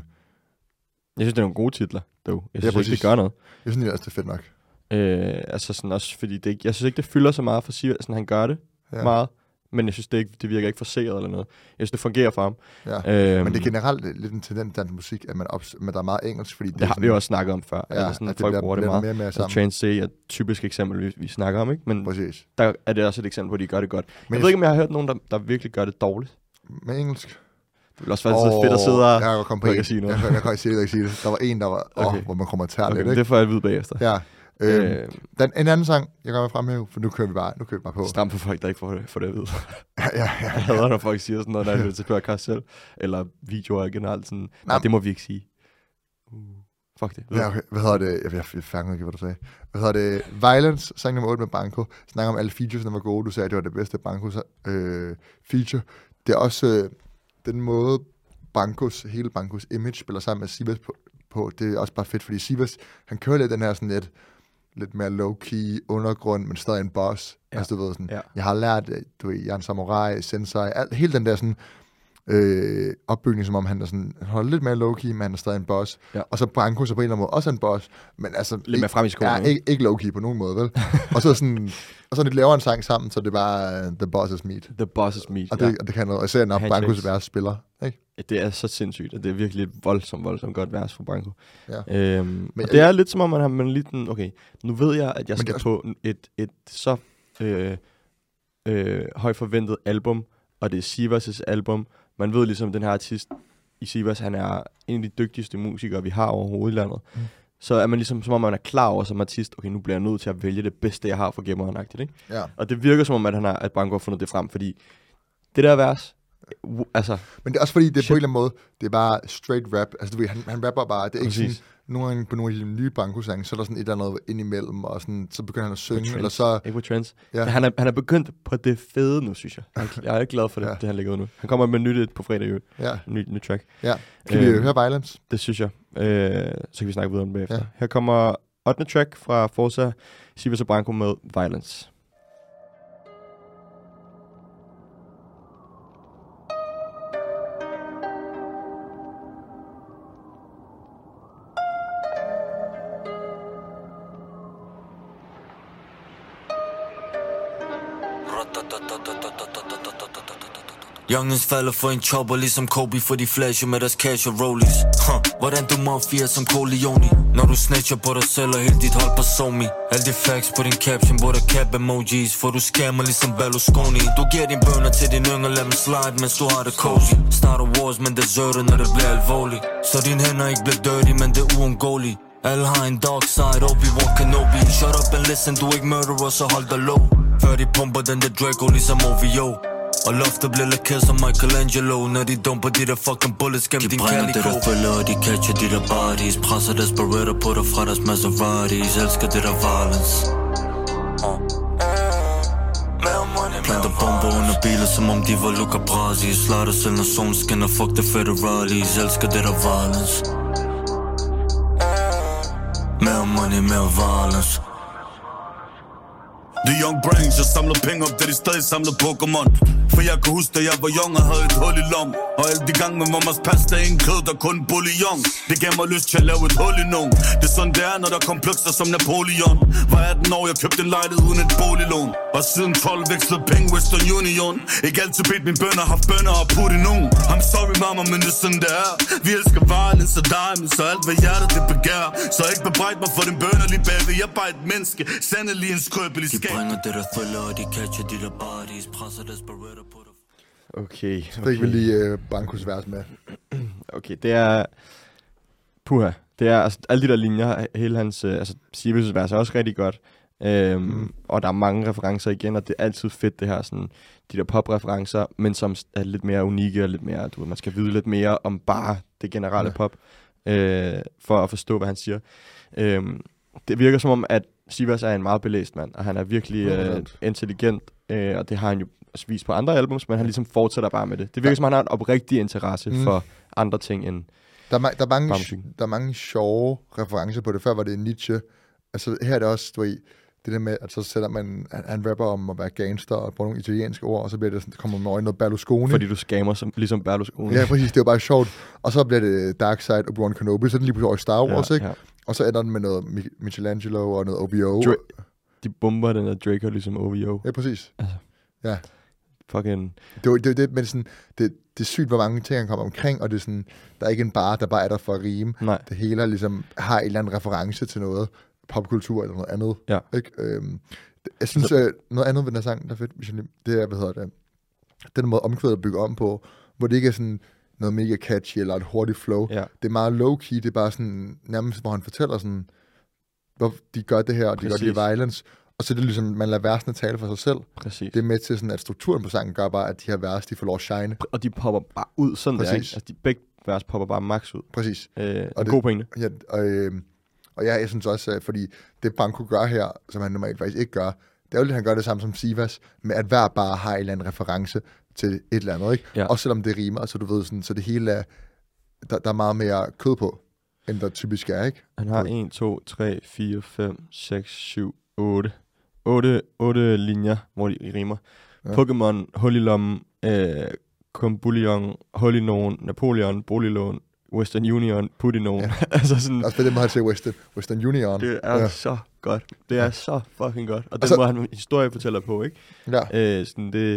jeg synes, det er nogle gode titler, dog. Jeg synes ja, ikke, det gør noget. Jeg synes også, det er fedt nok. Øh, altså sådan også, fordi det ikke, jeg synes ikke, det fylder så meget for Sivas, sådan han gør det ja. meget, men jeg synes, det, ikke, det virker ikke forseret eller noget. Jeg synes, det fungerer for ham. Ja. Øhm, men det er generelt lidt en tendens i dansk musik, at man ops- men der er meget engelsk, fordi det, det har sådan, vi jo også snakket om før. Ja, altså sådan, at folk det bruger det meget. meget. Mere altså, Trance er et typisk eksempel, vi, vi snakker om, ikke? Men præcis. Der er det også et eksempel, hvor de gør det godt. Men jeg ved ikke, om jeg har hørt nogen, der, der virkelig gør det dårligt. Med engelsk? Det vil også være oh, fedt at sidde og... Jeg kan komme på en. Jeg, jeg, jeg, jeg kan ikke sige det, sige det. Der var en, der var... Okay. Oh, hvor man kommer til at okay, lidt, ikke? Det får jeg at vide bagefter. Ja. Øhm, øh, den, en anden sang, jeg gør mig fremhæve, for nu kører vi bare, nu kører vi bare på. Stram for folk, der ikke får det, får det at vide. ja, ja, ja. Jeg hader, når folk siger sådan noget, når jeg hører til podcast selv. Eller videoer generelt sådan. Nej, det må vi ikke sige. Uh, fuck det. Ja, okay. Hvad hedder det? Jeg, jeg, jeg fanger ikke, hvad du sagde. Hvad hedder det? Violence, sang nummer otte med Banco. Snakker om alle features, der var gode. Du sagde, at det var det bedste Banco øh, feature. Det er også øh, den måde, Bancos, hele Bancos image spiller sammen med Sivas på, på. Det er også bare fedt, fordi Sivas, han kører lidt den her sådan lidt, lidt mere low-key undergrund, men stadig en boss. Ja. Altså, du ved, sådan, ja. Jeg har lært, du ved, jeg er en samurai, sensei, alt, hele den der sådan, øh, opbygning, som om han er sådan, han holder lidt mere low-key, men han er stadig en boss. Ja. Og så Branko så på en eller anden måde også en boss, men altså... Lidt mere frem i skolen. Ja, ikke, ikke low-key på nogen måde, vel? og så sådan... Og så lidt lavere en sang sammen, så det er bare uh, The Boss's Meet. The Boss's Meet, og det, ja. Og det kan noget. Og især når Brankos vers spiller, ikke? Det er så sindssygt, og det er virkelig et voldsomt, voldsomt godt vers for Branko. Ja. Øhm, men, og det er lidt som om, man har man lidt en, okay, nu ved jeg, at jeg skal også... på et, et så øh, øh, højt forventet album, og det er Sivas' album. Man ved ligesom, den her artist i Sivas, han er en af de dygtigste musikere, vi har overhovedet i landet. Mm. Så er man ligesom, som om man er klar over som artist, okay, nu bliver jeg nødt til at vælge det bedste, jeg har for gemmeren-agtigt, ikke? Ja. Og det virker som om, at han har, at Branko har fundet det frem, fordi det der vers, w- altså... Men det er også fordi, det er på en eller anden måde, det er bare straight rap. Altså du ved, han, han rapper bare, det er ikke Præcis. sådan, nogle gange på nogle af de nye Branko-sange, så er der sådan et eller andet indimellem, og sådan, så begynder han at synge, eller så... Ikke på trends. Ja. Han, er, han er begyndt på det fede nu, synes jeg. Jeg er, jeg er glad for det, ja. det han lægger ud nu. Han kommer med nyt på fredag, jo. Ja. Ny, ny track. Ja. Kan vi øhm, høre Violence? Det synes jeg. Øh, så kan vi snakke videre om det bagefter. Ja. Her kommer ottende track fra Forza, Sivas og Branko med Violence. Youngins falder for en chopper, ligesom Kobe, for de flasher med deres cash og rollies. Huh. Hvordan du mafia som Corleone, når du snitcher på dig selv og hele dit hold på somi. Alle de facts på din caption, hvor der cap emojis, for du scammer ligesom Berlusconi. Du giver dine bønner til din yngre, lad dem slide, mens du har det cozy. Starter wars, men deserter, når det bliver alvorligt. Så dine hænder ikke bliver dirty, men det er uundgåeligt. Alle har en dark side, Obi-Wan Kenobi. Shut up and listen, du er ikke murderer, så hold dig low. Før de pumper den der Draco, ligesom O V O. Og loftet bliver lakeret som Michelangelo, når de dumper de der fucking bullets gennem din calico. De brænder det der følger, og de catcher de der bodies. Presser deres Beretta på dig fra deres Maseratis. Elsker det der violence. uh. Planter bomber under biler, som om de var Luca Brasi. Slår dig selv, når solen skinner, fuck the federales. Elsker det der violence. Mere money, mere violence. The young brains, jeg samler penge op, da de stadig samler Pokémon. For jeg kan huske, da jeg var young og havde et hul i lom. Og alle de gange med mammas pasta, ingen kød, der kun bouillon. Det gav mig lyst til at lave et hul i nogen. Det er sådan det er, når der kom plukser som Napoleon. Var atten år, jeg købte en lejlighed uden et boliglån. Og siden tolv vekslede penge Western Union. Ikke altid bedt mine bønner, haft bønner og putte nogen. I'm sorry mama, men det er sådan det er. Vi elsker violence og diamonds, så alt hvad hjertet det begær. Så ikke bebrejt mig for din bønner lige bagved. Jeg er bare et menneske, sandelig en skrøbelig skab. De bringer det der følger, og de catcher de der bodies. Presser deres Beretta på dig. Okay, Så fik vi lige uh, Brankos vers med. Okay, det er... Puha. Det er altså alle de der linjer, hele hans... Uh, altså, Sivas' vers er også rigtig godt. Um, mm. Og der er mange referencer igen, og det er altid fedt, det her sådan... De der pop-referencer, men som er lidt mere unikke og lidt mere... Du ved, man skal vide lidt mere om bare det generelle ja. pop, uh, for at forstå, hvad han siger. Um, det virker som om, at Sivas er en meget belæst mand, og han er virkelig uh, intelligent, uh, og det har han jo vist på andre albums, men han ligesom fortsætter bare med det. Det virker ja. som, han har en oprigtig interesse mm. for andre ting end... Der er, ma- der, er mange, der er mange sjove referencer på det. Før var det Nietzsche. Altså her er det også, du ved, det der med, at så sætter man, han, han rapper om at være gangster og bruger nogle italienske ord, og så bliver det sådan, det kommer noget, noget Berlusconi. Fordi du scammer som, ligesom Berlusconi. Ja, præcis. Det er jo bare sjovt. Og så bliver det Darkseid og Obi-Wan Kenobi, så er den lige pludselig over i Star Wars, ja, ikke? Ja. Og så ender den med noget Michelangelo og noget O V O. Dra- de bomber den der Draco ligesom O V O. Ja, præcis. Altså. Ja. Fucking... Det er det, det, men sådan, det, det er sygt, hvor mange ting han kommer omkring, og det er sådan, der er ikke en bar, der bare er der for at rime. Nej. Det hele er ligesom, har en eller anden reference til noget, popkultur eller noget andet. Ja. Ikke? Øhm, jeg synes, så... noget andet ved den her sang, der er fedt, det er, hvad hedder det, den måde omkvædet at bygge om på, hvor det ikke er sådan noget mega catchy eller et hurtigt flow. Ja. Det er meget low-key, det er bare sådan, nærmest hvor han fortæller sådan, hvor de gør det her, og de Præcis. gør det i violence. Og så er det ligesom, man lader versene tale for sig selv. Præcis. Det er med til sådan, at strukturen på sangen gør bare, at de her vers, de får lov at shine. Og de popper bare ud sådan Præcis. der, ikke? Altså, de begge vers popper bare max ud. Præcis. Øh, og en god pointe. Ja, og, øh, og ja, jeg synes også, fordi det Branko gør her, som han normalt faktisk ikke gør, det er jo lidt, han gør det samme som Sivas, med at hver bare har en eller anden reference til et eller andet, ikke? Ja. Også selvom det rimer, så du ved sådan, så det hele er, der, der er meget mere kød på, end der typisk er, ikke? Han har en, to, tre, fire, fem, seks, syv, otte. otte, otte linjer, hvor de rimer. Ja. Pokémon, hul i lommen, øh, Combullion, hul i nogen, Napoleon, boliglån, Western Union, put i nogen. Ja. Altså sådan, også på den måde, han siger Western, Western Union. Det er ja. så godt. Det er ja. så fucking godt. Og den altså, måde, han historiefortæller på, ikke? Ja. Øh, sådan det,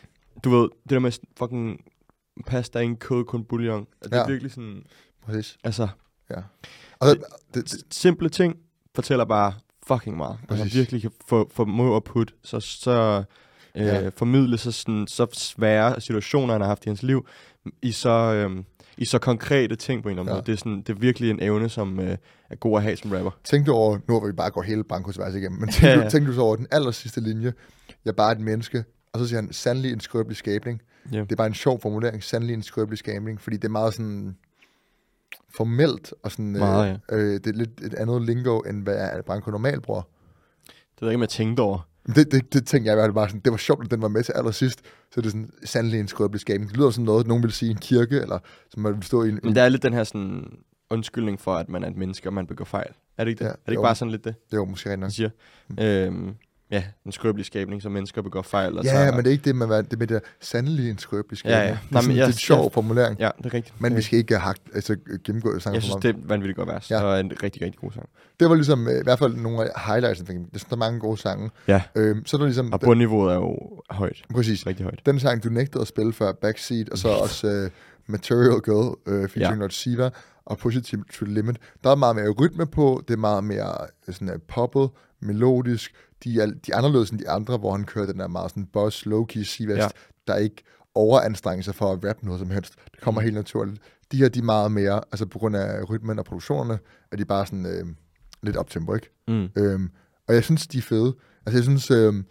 du ved, det der med fucking pasta, ingen kød, kun bouillon. Det er ja. virkelig sådan... Præcis. Altså... Ja. Altså, det, det, simple ting fortæller bare fucking meget. Altså virkelig kan få, få måde at putte, så, så øh, Ja. formidle så, sådan, så svære situationer, han har haft i hans liv, i så, øh, i så konkrete ting på en eller anden Ja. måde. Det er, sådan, det er virkelig en evne, som øh, er god at have som rapper. Tænk du over, nu hvor vi bare går hele Brancos vejs igennem, men tænk, Ja, du, ja. tænk du så over den aller sidste linje. Jeg er bare et menneske, og så siger han, sandelig en skrøbelig skabning. Ja. Det er bare en sjov formulering, sandelig en skrøbelig skabning, fordi det er meget sådan formelt, og sådan, Meget, øh, øh, det er lidt et andet lingo, end hvad Branco normalt bruger. Det ved jeg ikke, om jeg tænkte over. Det, det, det tænkte jeg i hvert fald bare sådan, det var sjovt, at den var med til allersidst, så det er sådan, sandelig en skrøbelig skabning. Det lyder sådan noget, nogen vil sige i en kirke, eller som man vil stå i en... Men der er lidt den her sådan undskyldning for, at man er et menneske, og man begår fejl. Er det ikke det? Ja, er det ikke jo. bare sådan lidt det, Det var måske rigtig nok. man siger? Øhm, ja, en skrøbelig skabning, som mennesker begår fejl. Og Ja, så, men det er ikke det med, hvad- det med det der, sandelig en skrøbelig skabning. Ja, ja. Det er, Nej, sådan, men det er jeg- en sjov jeg- formulering. Ja, det er rigtigt. Men vi skal ikke have hagt, altså gennemgået sangen Jeg for synes, meget. det er vanvittigt godt vers. Ja. Ja. Og en rigtig, rigtig god sang. Det var ligesom øh, i hvert fald nogle af highlights. Jeg tænkte, der er mange gode sange. Ja. Øhm, så er der ligesom... Og bundniveauet er jo højt. Præcis. Rigtig højt. Den sang, du nægtede at spille før, Backseat, og så også øh, Material Girl, øh, featuring Ja. Lord Siva, og Push It to the Limit. Der er meget mere rytme på, det er meget mere øh, sådan, uh, poppet, melodisk. De er, de er anderledes end de andre, hvor han kører den der meget sådan boss, low-key Sivas, Ja. der ikke overanstrenger sig for at rappe noget som helst. Det kommer Mm. helt naturligt. De her, de er meget mere, altså på grund af rytmen og produktionerne, er de bare sådan øh, lidt optempo, ikke? Mm. Øhm, og jeg synes, de er fede. Altså, jeg synes, øhm,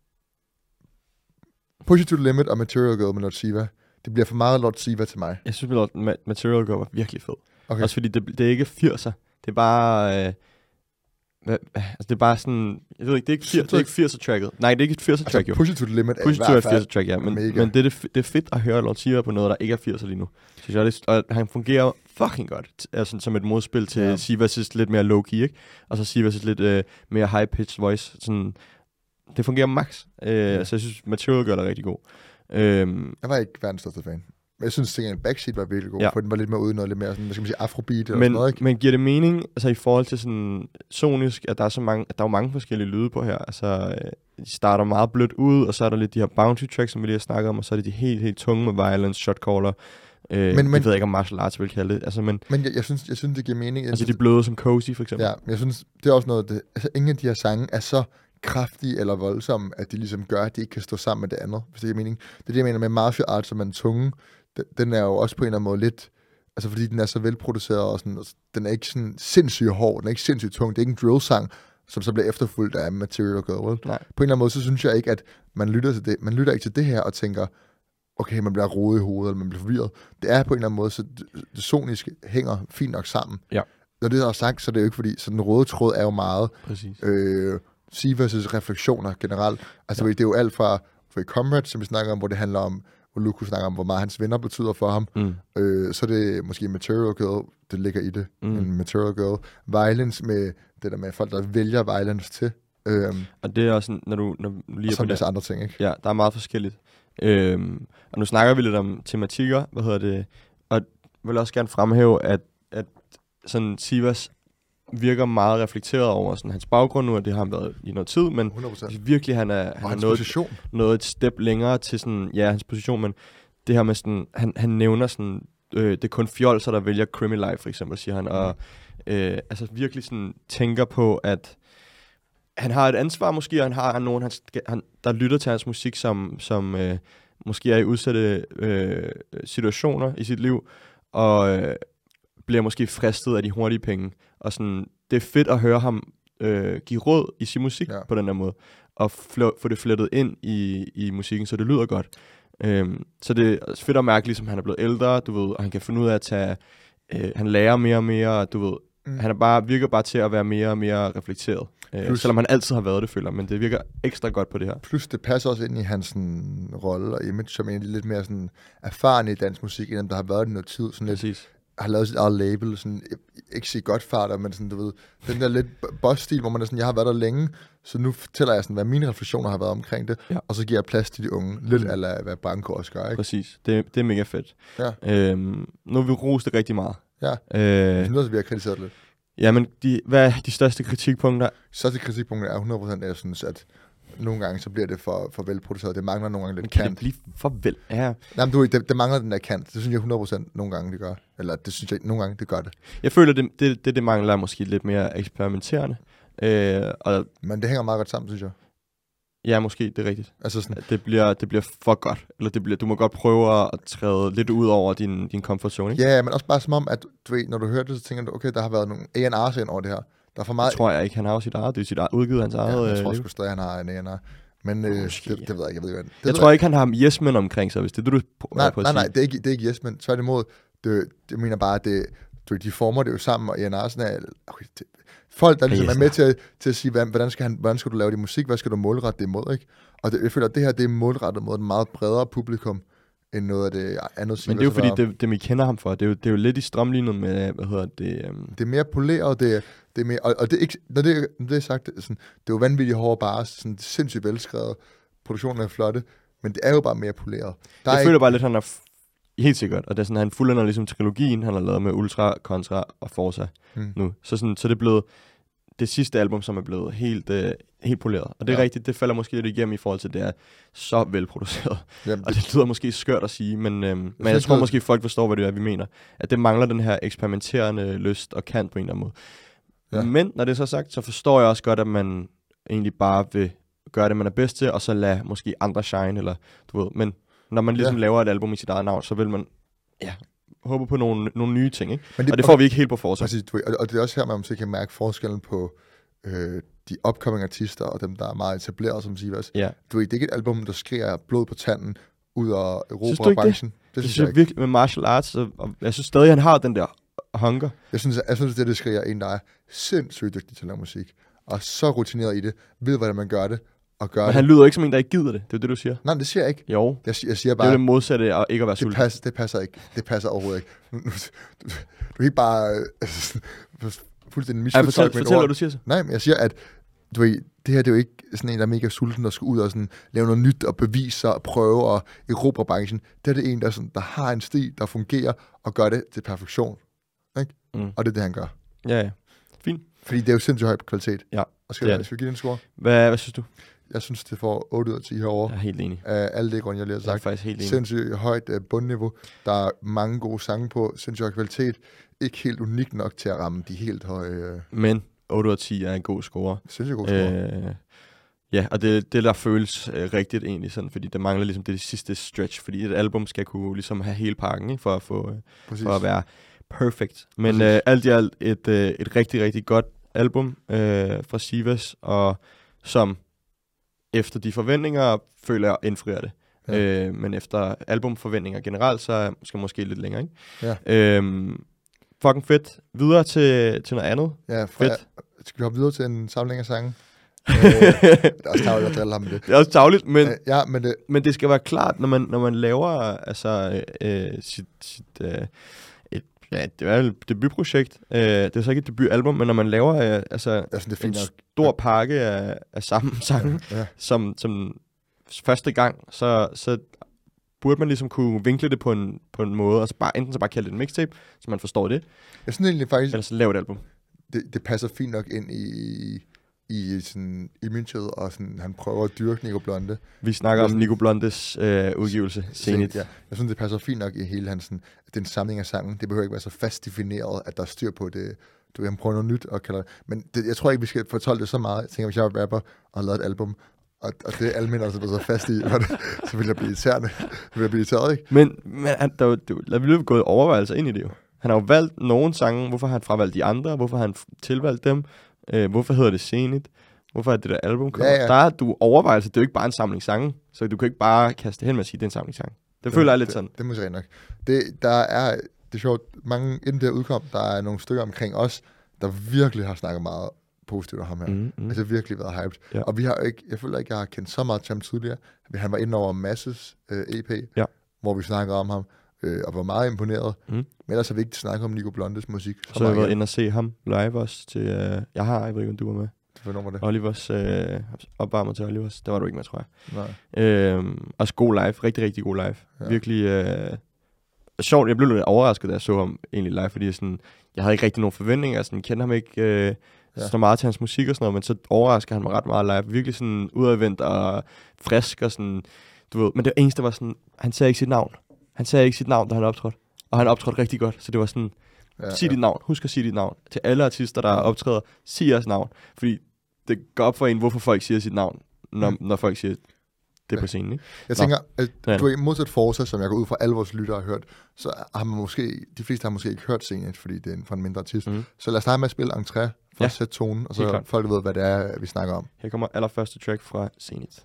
Push It to the Limit og Material Girl med Lord Siva, det bliver for meget Lord Siva til mig. Jeg synes, at Ma- Material Girl var virkelig fed. Okay. Også fordi det, det er ikke firser. Det er bare... Øh, hvad, altså det er bare sådan... Jeg ved ikke, det er ikke, fir, det er ikke firser-tracket. Nej, det er ikke et firser-track, Altså, jo. Push It to the Limit er Push i to hvert a fald firser-track, ja. Men, mega. men det, er det, det er fedt at høre Lord Siva på noget, der ikke er firser lige nu. Synes jeg, det, og han fungerer fucking godt. Altså, som et modspil til Ja. ja. Sivas' lidt mere low-key, ikke? Og så Sivas' lidt øh, mere high-pitched voice. Sådan, det fungerer max. Øh, Ja. Så jeg synes, Material Girl er rigtig god. Øhm, Jeg var ikke verdens største fan. Men jeg synes, at Backseat var virkelig god, Ja. for den var lidt mere ude i noget lidt mere sådan, hvad skal man sige, afrobeat eller sådan men, noget, ikke? men giver det mening, altså i forhold til sådan sonisk, at der er så mange, at der er jo mange forskellige lyde på her. Altså, øh, de starter meget blødt ud, og så er der lidt de her bounty tracks, som vi lige har snakket om, og så er det de helt, helt tunge med violence, shotcaller. Øh, Men- men, men- jeg ved ikke, om martial arts vil kalde det. Altså, men, Men jeg, jeg, synes, jeg synes, det giver mening. Jeg altså synes, de bløde som Cozy, for eksempel. Ja, men jeg synes, det er også noget, det, altså ingen af de her sange er så kraftige eller voldsomme, at de ligesom gør, at de ikke kan stå sammen med det andet, hvis det giver mening. Det er det, jeg mener med martial arts, som er en tunge, den, den er jo også på en eller anden måde lidt, altså fordi den er så velproduceret, og sådan, og den er ikke sådan sindssygt hård, den er ikke sindssygt tung, det er ikke en drill-sang, som så bliver efterfulgt af Material Girl. Vel? Nej. På en eller anden måde, så synes jeg ikke, at man lytter til det, man lytter ikke til det her og tænker, okay, man bliver rodet i hovedet, eller man bliver forvirret. Det er på en eller anden måde, så det, det soniske hænger fint nok sammen. Ja. Når det er sagt, så er det jo ikke fordi, så den røde tråd er jo meget Præcis. øh, Sivas' refleksioner generelt. Altså, ja. Det er jo alt fra for Comrade, som vi snakker om, hvor det handler om, hvor Luku snakker om, hvor meget hans venner betyder for ham. Mm. Øh, så er det måske Material Girl, det ligger i det. Mm. Mm. En Material Girl. Violence med det der med folk, der vælger violence til. Øhm, Og det er også sådan, når du, når du lige og er så på en det. masse andre ting, ikke? Ja, der er meget forskelligt. Øhm, og nu snakker vi lidt om tematikker, hvad hedder det, og jeg vil også gerne fremhæve, at, at sådan Sivas virker meget reflekteret over sådan hans baggrund nu, og det har han været i noget tid, men hundrede procent. virkelig han er, han Og er hans nået, position. nået et step længere til sådan, ja, hans position, men det her med sådan, han, han nævner sådan, øh, det er kun fjolser, der vælger Crimi Life, for eksempel, siger han, og øh, altså virkelig sådan tænker på, at han har et ansvar måske, og han har nogen, han, skal- han, der lytter til hans musik, som, som øh, måske er i udsatte øh, situationer i sit liv, og øh, bliver måske fristet af de hurtige penge. Og sådan, det er fedt at høre ham øh, give råd i sin musik Ja. ja. på den der måde, og fl- få det flettet ind i, i musikken, så det lyder godt. Øhm, så det er fedt at mærke, ligesom han er blevet ældre, du ved, og han kan finde ud af at tage, øh, han lærer mere og mere, du ved, Mm. han er bare, virker bare til at være mere og mere reflekteret. Øh, Plus- selvom han altid har været det, føler jeg, men det virker ekstra godt på det her. Plus det passer også ind i hans sådan, rolle og image, som en lidt mere sådan, erfaren i dansk musik, end dem, der har været i noget tid. Sådan lidt, Præcis. har lavet sit eget label, sådan, ikke sige Godfather, men sådan, du ved, den der lidt boss-stil, hvor man er sådan, jeg har været der længe, så nu fortæller jeg sådan, hvad mine refleksioner har været omkring det, Ja. og så giver jeg plads til de unge, lidt Mm. ala hvad Branco også gør, ikke? Præcis. Det, det er mega fedt. Ja. Øhm, nu har vi rost det rigtig meget. Ja. Øh, Jeg synes også, vi har kritiseret lidt. ja, men de, hvad er de største kritikpunkter? Så til kritikpunktet er hundrede procent, at jeg synes, at nogle gange, så bliver det for, for velproduceret. Det mangler nogle gange lidt Kan det kant. blive for vel? Ja. Nej, men du, ved, det, det mangler den der kant. Det synes jeg hundrede procent nogle gange, det gør. Eller det synes jeg nogle gange, det gør det. Jeg føler, det, det, det, det mangler måske lidt mere eksperimenterende. Øh, og Men det hænger meget godt sammen, synes jeg. Ja, måske, det er rigtigt. Altså sådan, det bliver, det bliver for godt, eller det bliver, du må godt prøve at træde lidt ud over din, din comfort zone, ikke? Ja, men også bare som om, at du ved, når du hører det, så tænker du, okay, der har været nogle A and R's ind over det her. Der er for meget... Det tror jeg ikke, han har jo sit eget, det er sit eget, udgivet hans eget. Ja, jeg tror øh, sgu stadig, han har en A and R. Men øh, det, det, ved jeg ikke, jeg ved ikke, det Jeg tror jeg ikke, han har yes men omkring sig, hvis det er det, du nej, på at nej, sige. nej, det er ikke, det er ikke yes men. Tværtimod, det, det mener bare, at det, du, de former det jo sammen, og A and R sådan er... Okay, det, folk, der ligesom er med til at, til at sige, hvordan skal, han, hvordan skal du lave din musik, hvad skal du målrette det imod, ikke? Og det, jeg føler, at det her, det er målrettet mod et meget bredere publikum, end noget af det andet. Men det er jo fordi, det, det vi kender ham for, det er jo, det er jo lidt i strømlignet med, hvad hedder det... Um... Det er mere poleret, det er, det er mere... Og, og det er ikke, når, det, når det er sagt, det er, sådan, det er jo vanvittigt hårde bars, sådan sindssygt velskrevet, produktionen er flotte, men det er jo bare mere poleret. Der jeg er føler ikke... bare lidt, han er f- helt sikkert, og det er sådan, han fuldender ligesom trilogien, han har lavet med Ultra, Contra og Forza mm. nu. Så, sådan, så det er blevet det sidste album, som er blevet helt, øh, helt poleret. Og det er ja. rigtigt, det falder måske lidt igennem i forhold til, at det er så velproduceret. Jamen, det... Og det lyder måske skørt at sige, men, øhm, men jeg tror måske, folk forstår, hvad det er, vi mener. At det mangler den her eksperimenterende lyst og kant på en eller anden måde. Ja. Men når det er så sagt, så forstår jeg også godt, at man egentlig bare vil gøre det, man er bedst til, og så lade måske andre shine, eller du ved. Men når man ligesom ja. laver et album i sit eget navn, så vil man ja, håbe på nogle, nogle nye ting, ikke? Men det, og det får okay. vi ikke helt på forsøg. Præcis, og, og det er også her, man måske kan mærke forskellen på øh, de upcoming artister, og dem, der er meget etableret, som Sivas. Ja. Du ved, det er ikke et album, der skriger blod på tanden ud af Europa-branchen. Det? det synes jeg, jeg virkelig med martial arts, og, og jeg synes stadig, han har den der hunger. Jeg synes, jeg synes det, det skriger en, der er sindssygt dygtig til at lave musik, og så rutineret i det, ved, hvordan man gør det, og gør Men det. han lyder ikke som en, der ikke gider det. Det er det, du siger. Nej, det siger jeg ikke. Jo. Jeg, jeg siger bare... Det er det modsatte af ikke at være sulten. Det passer, det passer ikke. Det passer overhovedet ikke. Du, du, du, du er ikke bare øh, fuldstændig misfortolket. Fortæl, fortæl hvad du siger så. Nej, men jeg siger, at du ved, det her det er jo ikke sådan en, der er mega sulten, der skal ud og sådan, lave noget nyt og bevise sig og prøve og erobre branchen. Det er det en, der, sådan, der har en stil, der fungerer og gør det til perfektion. Ikke? Mm. Og det er det, han gør. Ja, ja. Fint. Fordi det er jo sindssygt høj kvalitet. Ja, og skal, det skal vi give den en score? Hvad, hvad synes du? Jeg synes, det får otte ud af ti herovre. Jeg er helt enig. Uh, alle det grund, jeg lige har sagt. Jeg er faktisk helt enig. Sindssygt højt uh, bundniveau. Der er mange gode sange på. Sindssygt høj kvalitet. Ikke helt unik nok til at ramme de helt høje... Uh... Men otte ud af ti er en god score. Sindssygt god score. Uh, ja, og det det, der føles uh, rigtigt egentlig, sådan, fordi der mangler ligesom det sidste stretch. Fordi et album skal kunne ligesom have hele pakken, ikke, for, at få, uh, for at være perfect. Men uh, alt i alt et, uh, et rigtig, rigtig godt album uh, fra Sivas, og som... efter de forventninger, føler jeg, indfrier det. Ja. Øh, men efter albumforventninger generelt, så skal måske lidt længere, ikke? Ja. Øhm, fucking fedt. Videre til, til noget andet. Ja, fedt. Jeg, skal vi hoppe videre til en samling af sange? øh, det er også tavligt at drille ham med det. Det er også tavligt, men, øh, ja, men, det, men det skal være klart, når man, når man laver altså, øh, sit... sit øh, et, ja, det er et debutprojekt. Øh, det er så ikke et debutalbum, men når man laver øh, altså, synes, det er en stor pakke af, af samme sange, ja, ja. Som, som første gang, så, så burde man ligesom kunne vinkle det på en, på en måde, altså bare, enten så bare kalde det en mixtape, så man forstår det, jeg synes egentlig faktisk, eller så lave et album. Det, det passer fint nok ind i... i sådan imaget, og sådan, han prøver at dyrke Nico Blonde. Vi snakker om Nico Blondes øh, udgivelse, Zenith. Ja. Jeg synes, det passer fint nok i hele hans, sådan, den samling af sangen. Det behøver ikke være så fast defineret, at der er styr på det. Du kan prøve noget nyt, og kalder det. Men det, jeg tror ikke, vi skal fortolke det så meget. Jeg tænker, hvis jeg var rapper og har lavet et album, og, og det er almindeligt, altså så fast i, det, så vil jeg blive irriterende. Så vil jeg blive irriteret, ikke? Men, men han, der, der, der ville jo gået overvejelser ind i det jo. Han har jo valgt nogle sange. Hvorfor har han fravalgt de andre? Hvorfor har han tilvalgt dem? Øh, hvorfor hedder det Zenith? Hvorfor er det der album kommer? Ja, ja. Der er du overvejelser, det er jo ikke bare en samling sange, så du kan ikke bare kaste hen med at sige, det er en samling sange. Det, det føler jeg lidt det, sådan. Det, det må jeg nok. Det, der er, det er sjovt, mange inden der udkom, der er nogle stykker omkring os, der virkelig har snakket meget positivt om ham her. Mm, mm. Altså virkelig været hyped. Ja. Og vi har ikke, jeg føler ikke, jeg har kendt så meget til ham tidligere. Han var inde over Masses øh, E P, ja. Hvor vi snakkede om ham, øh, og var meget imponeret. Mm. Men ellers er vi ikke snakket om Nico Blondes musik. Så, så jeg har været inde og se ham live også til, øh, jeg har, jeg ved ikke, om du var med. Hvornår det? Olivers, øh, opvarmer til Olivers. Der var du ikke med, tror jeg. Nej. Øhm, også god live. Rigtig, rigtig god live. Ja. Virkelig øh, sjovt. Jeg blev lidt overrasket, da jeg så ham egentlig live, fordi sådan, jeg havde ikke rigtig nogen forventninger. Jeg sådan, kender ham ikke øh, ja. så meget til hans musik og sådan noget, men så overrasker han mig ret meget live. Virkelig sådan udadvendt og frisk og sådan, du ved. Men det eneste var sådan, han sagde ikke sit navn. Han sagde ikke sit navn, da han optrådte. Og han optrådte rigtig godt, så det var sådan, ja, sig ja. dit navn. Husk at sige dit navn. Til alle artister, der optræder, sig jeres navn. Fordi det går op for en, hvorfor folk siger sit navn, når, Mm. når folk siger, det er på scenen, ikke? Jeg Nå. tænker, at Ja. du er modsat Forza, som jeg går ud fra alle vores lyttere har hørt, så har man måske, de fleste har måske ikke hørt Zenith, fordi det er en, fra en mindre artist. Mm. Så lad os starte med at spille entré for Ja. at sætte tonen, og Helt så klart. folk ved, hvad det er, vi snakker om. Her kommer allerførste track fra Zenith.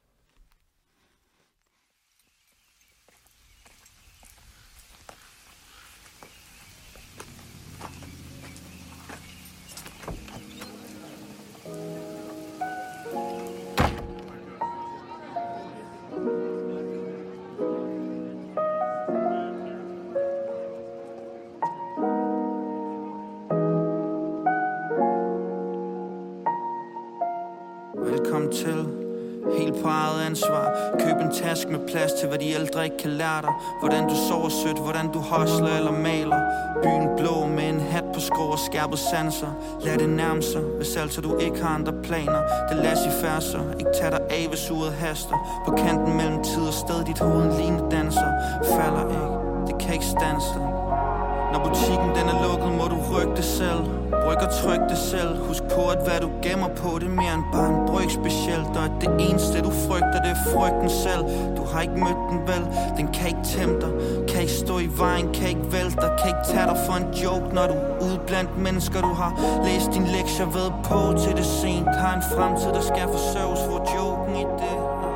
Velkommen til. Helt på eget ansvar. Køb en task med plads til, hvad de ældre ikke kan lære dig. Hvordan du sover sødt, hvordan du hustler eller maler. Byen blå med en hat på skrå og skærpet sanser. Lad det nærme sig, hvis altså du ikke har andre planer. Det lader sig færser, ikke tag dig af, hvis uret haster. På kanten mellem tid og sted, dit hoved en lignende danser. Falder ikke, det kan ikke standse dig. Når butikken den er lukket, må du rykke det selv. Bryg og tryk det selv. Husk på, at hvad du gemmer på, det er mere end bare en bryg specielt. Og at det eneste du frygter, det er frygten selv. Du har ikke mødt den vel, den kan ikke tæmme dig. Kan ikke stå i vejen, kan ikke vælte dig. Kan ikke tage dig for en joke, når du er ude blandt mennesker. Du har læst din lektier, ved på til det sent. Har en fremtid, der skal forsøges, hvor joken i det.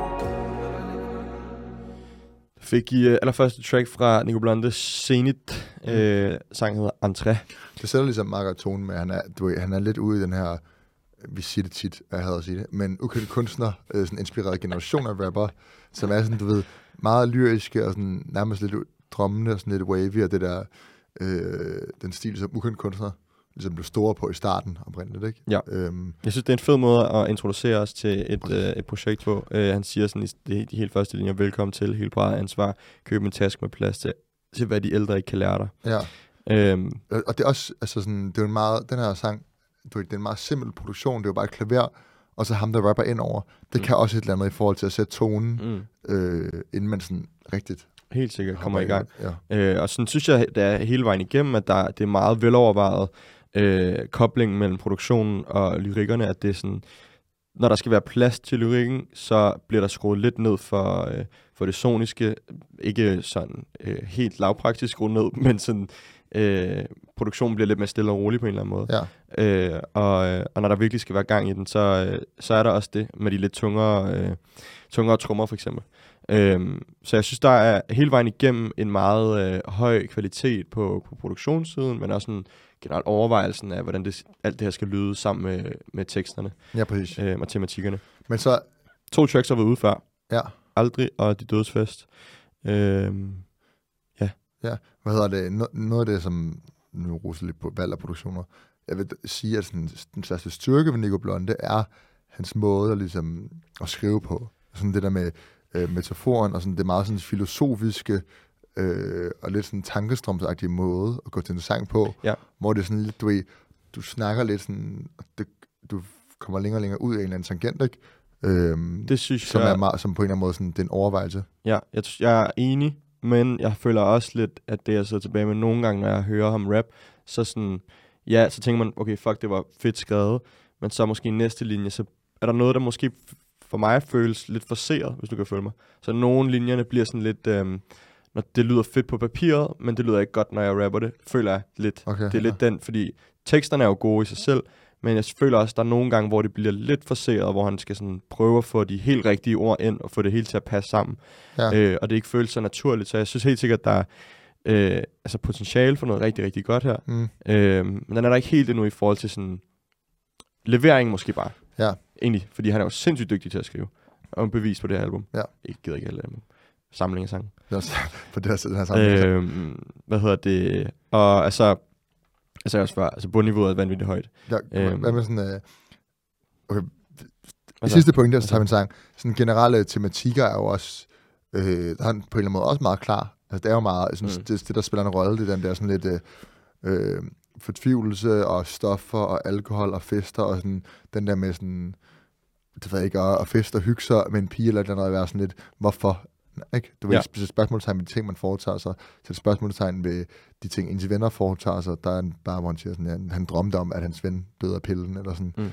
Fik I uh, allerførste track fra Nico Blonde, Zenith. Mm. Uh, sangen hedder Entré. Det sætter ligesom meget tonen med, at han er, du ved, han er lidt ude i den her, vi siger det tit, jeg havde at sige det, men ukendt kunstner, øh, sådan inspireret generation af rapper, som er sådan, du ved, meget lyriske og sådan nærmest lidt drømmende og sådan lidt wavy, og det der, øh, den stil, som ukendt kunstner ligesom blev store på i starten oprindeligt, ikke? Ja. Øhm, Jeg synes, det er en fed måde at introducere os til et, øh, et projekt på. Uh, han siger sådan i de, de helt første linjer, velkommen til, helt på eget ansvar, køb en task med plads til, til hvad de ældre ikke kan lære dig. ja. Um, Og og det er også, altså sådan, det er jo en meget, den her sang, du ved, det er en meget simpel produktion, det er jo bare et klaver, og så ham, der rapper ind over. Det Mm. kan også et eller andet i forhold til at sætte tonen, mm, øh, inden man sådan rigtigt helt sikkert kommer i gang. Ja. Øh, og sådan synes jeg, det er hele vejen igennem, at der, det er meget velovervejet øh, koblingen mellem produktionen og lyrikkerne, at det er sådan, når der skal være plads til lyrikken, så bliver der skruet lidt ned for, øh, for det soniske. Ikke sådan øh, helt lavpraktisk skruet ned, men sådan, øh, produktionen bliver lidt mere stille og rolig på en eller anden måde. Ja. Øh, og, øh, og når der virkelig skal være gang i den, så, øh, så er der også det med de lidt tungere, øh, tungere trommer for eksempel. Øhm, så jeg synes, der er hele vejen igennem en meget øh, høj kvalitet på, på produktionssiden, men også en generelt overvejelsen af, hvordan det, alt det her skal lyde sammen med, med teksterne Ja, præcis. øh, og tematikkerne. Men så, To tracks har været ude før. ja, Aldrig og De Dødes Fest. Øhm, hvad hedder det, no, noget af det, som nu ruser lidt på valg af produktioner, jeg vil sige, at sådan, den største styrke ved Nico Blonde er hans måde at, ligesom, at skrive på. Sådan det der med øh, metaforen, og sådan det meget sådan filosofiske, øh, og lidt sådan tankestrømsagtige måde at gå til en sang på, Ja. hvor det er sådan lidt, du ved, du snakker lidt sådan, og det, du kommer længere og længere ud af en eller anden tangent, ikke? Øhm, det synes som jeg... er meget, som på en eller anden måde sådan, det er en overvejelse. Ja, jeg, t- jeg er enig, men jeg føler også lidt, at det jeg sidder tilbage med nogle gange, når jeg hører ham rap, så sådan, ja, så tænker man, okay, fuck, det var fedt skrevet, men så måske i næste linje, så er der noget, der måske f- for mig føles lidt forceret, hvis du kan følge mig. Så nogle linjerne bliver sådan lidt, øhm, når det lyder fedt på papiret, men det lyder ikke godt, når jeg rapper det, føler jeg lidt. Okay, Det er lidt den, fordi teksterne er jo gode i sig selv, men jeg føler også, at der er nogle gange, hvor det bliver lidt forceret, hvor han skal sådan prøve at få de helt rigtige ord ind, og få det hele til at passe sammen. Ja. Øh, og det ikke føles så naturligt. Så jeg synes helt sikkert, at der er øh, altså potentiale for noget rigtig, rigtig godt her. Mm. Øh, men den er der ikke helt endnu i forhold til sådan leveringen måske bare. Ja. Egentlig, fordi han er jo sindssygt dygtig til at skrive. Og en bevis på det her album. Ja. Jeg gider ikke alle album. Samling af sange. Det er også, for det her, den her sammenhæng. Øh, hvad hedder det? Og altså, altså også før, altså bundniveauet er vanvittigt højt. Ja, øhm. hvad med sådan... Øh, okay, i Altså, sidste point, der så tager vi en sang. Sådan generelle tematikker er jo også... Øh, der er han på en eller anden måde også meget klar. Altså, det er jo meget... Jeg synes, Mm. det, det, der spiller en rolle, det er den der sådan lidt... Øh, øh, fortvivlelse og stoffer og alkohol og fester og sådan... Den der med sådan... Det ved jeg ikke, at, at feste og hygge sig med en pige eller noget, at være sådan lidt... Hvorfor? Ikke? Du vil Ja. ikke sætte spørgsmålstegn ved de ting, man foretager sig. Sætte spørgsmålstegn ved de ting, ens venner foretager sig. Der er en bare, hvor han siger sådan, ja, han drømte om, at hans ven døde af pillen, eller sådan. Mm.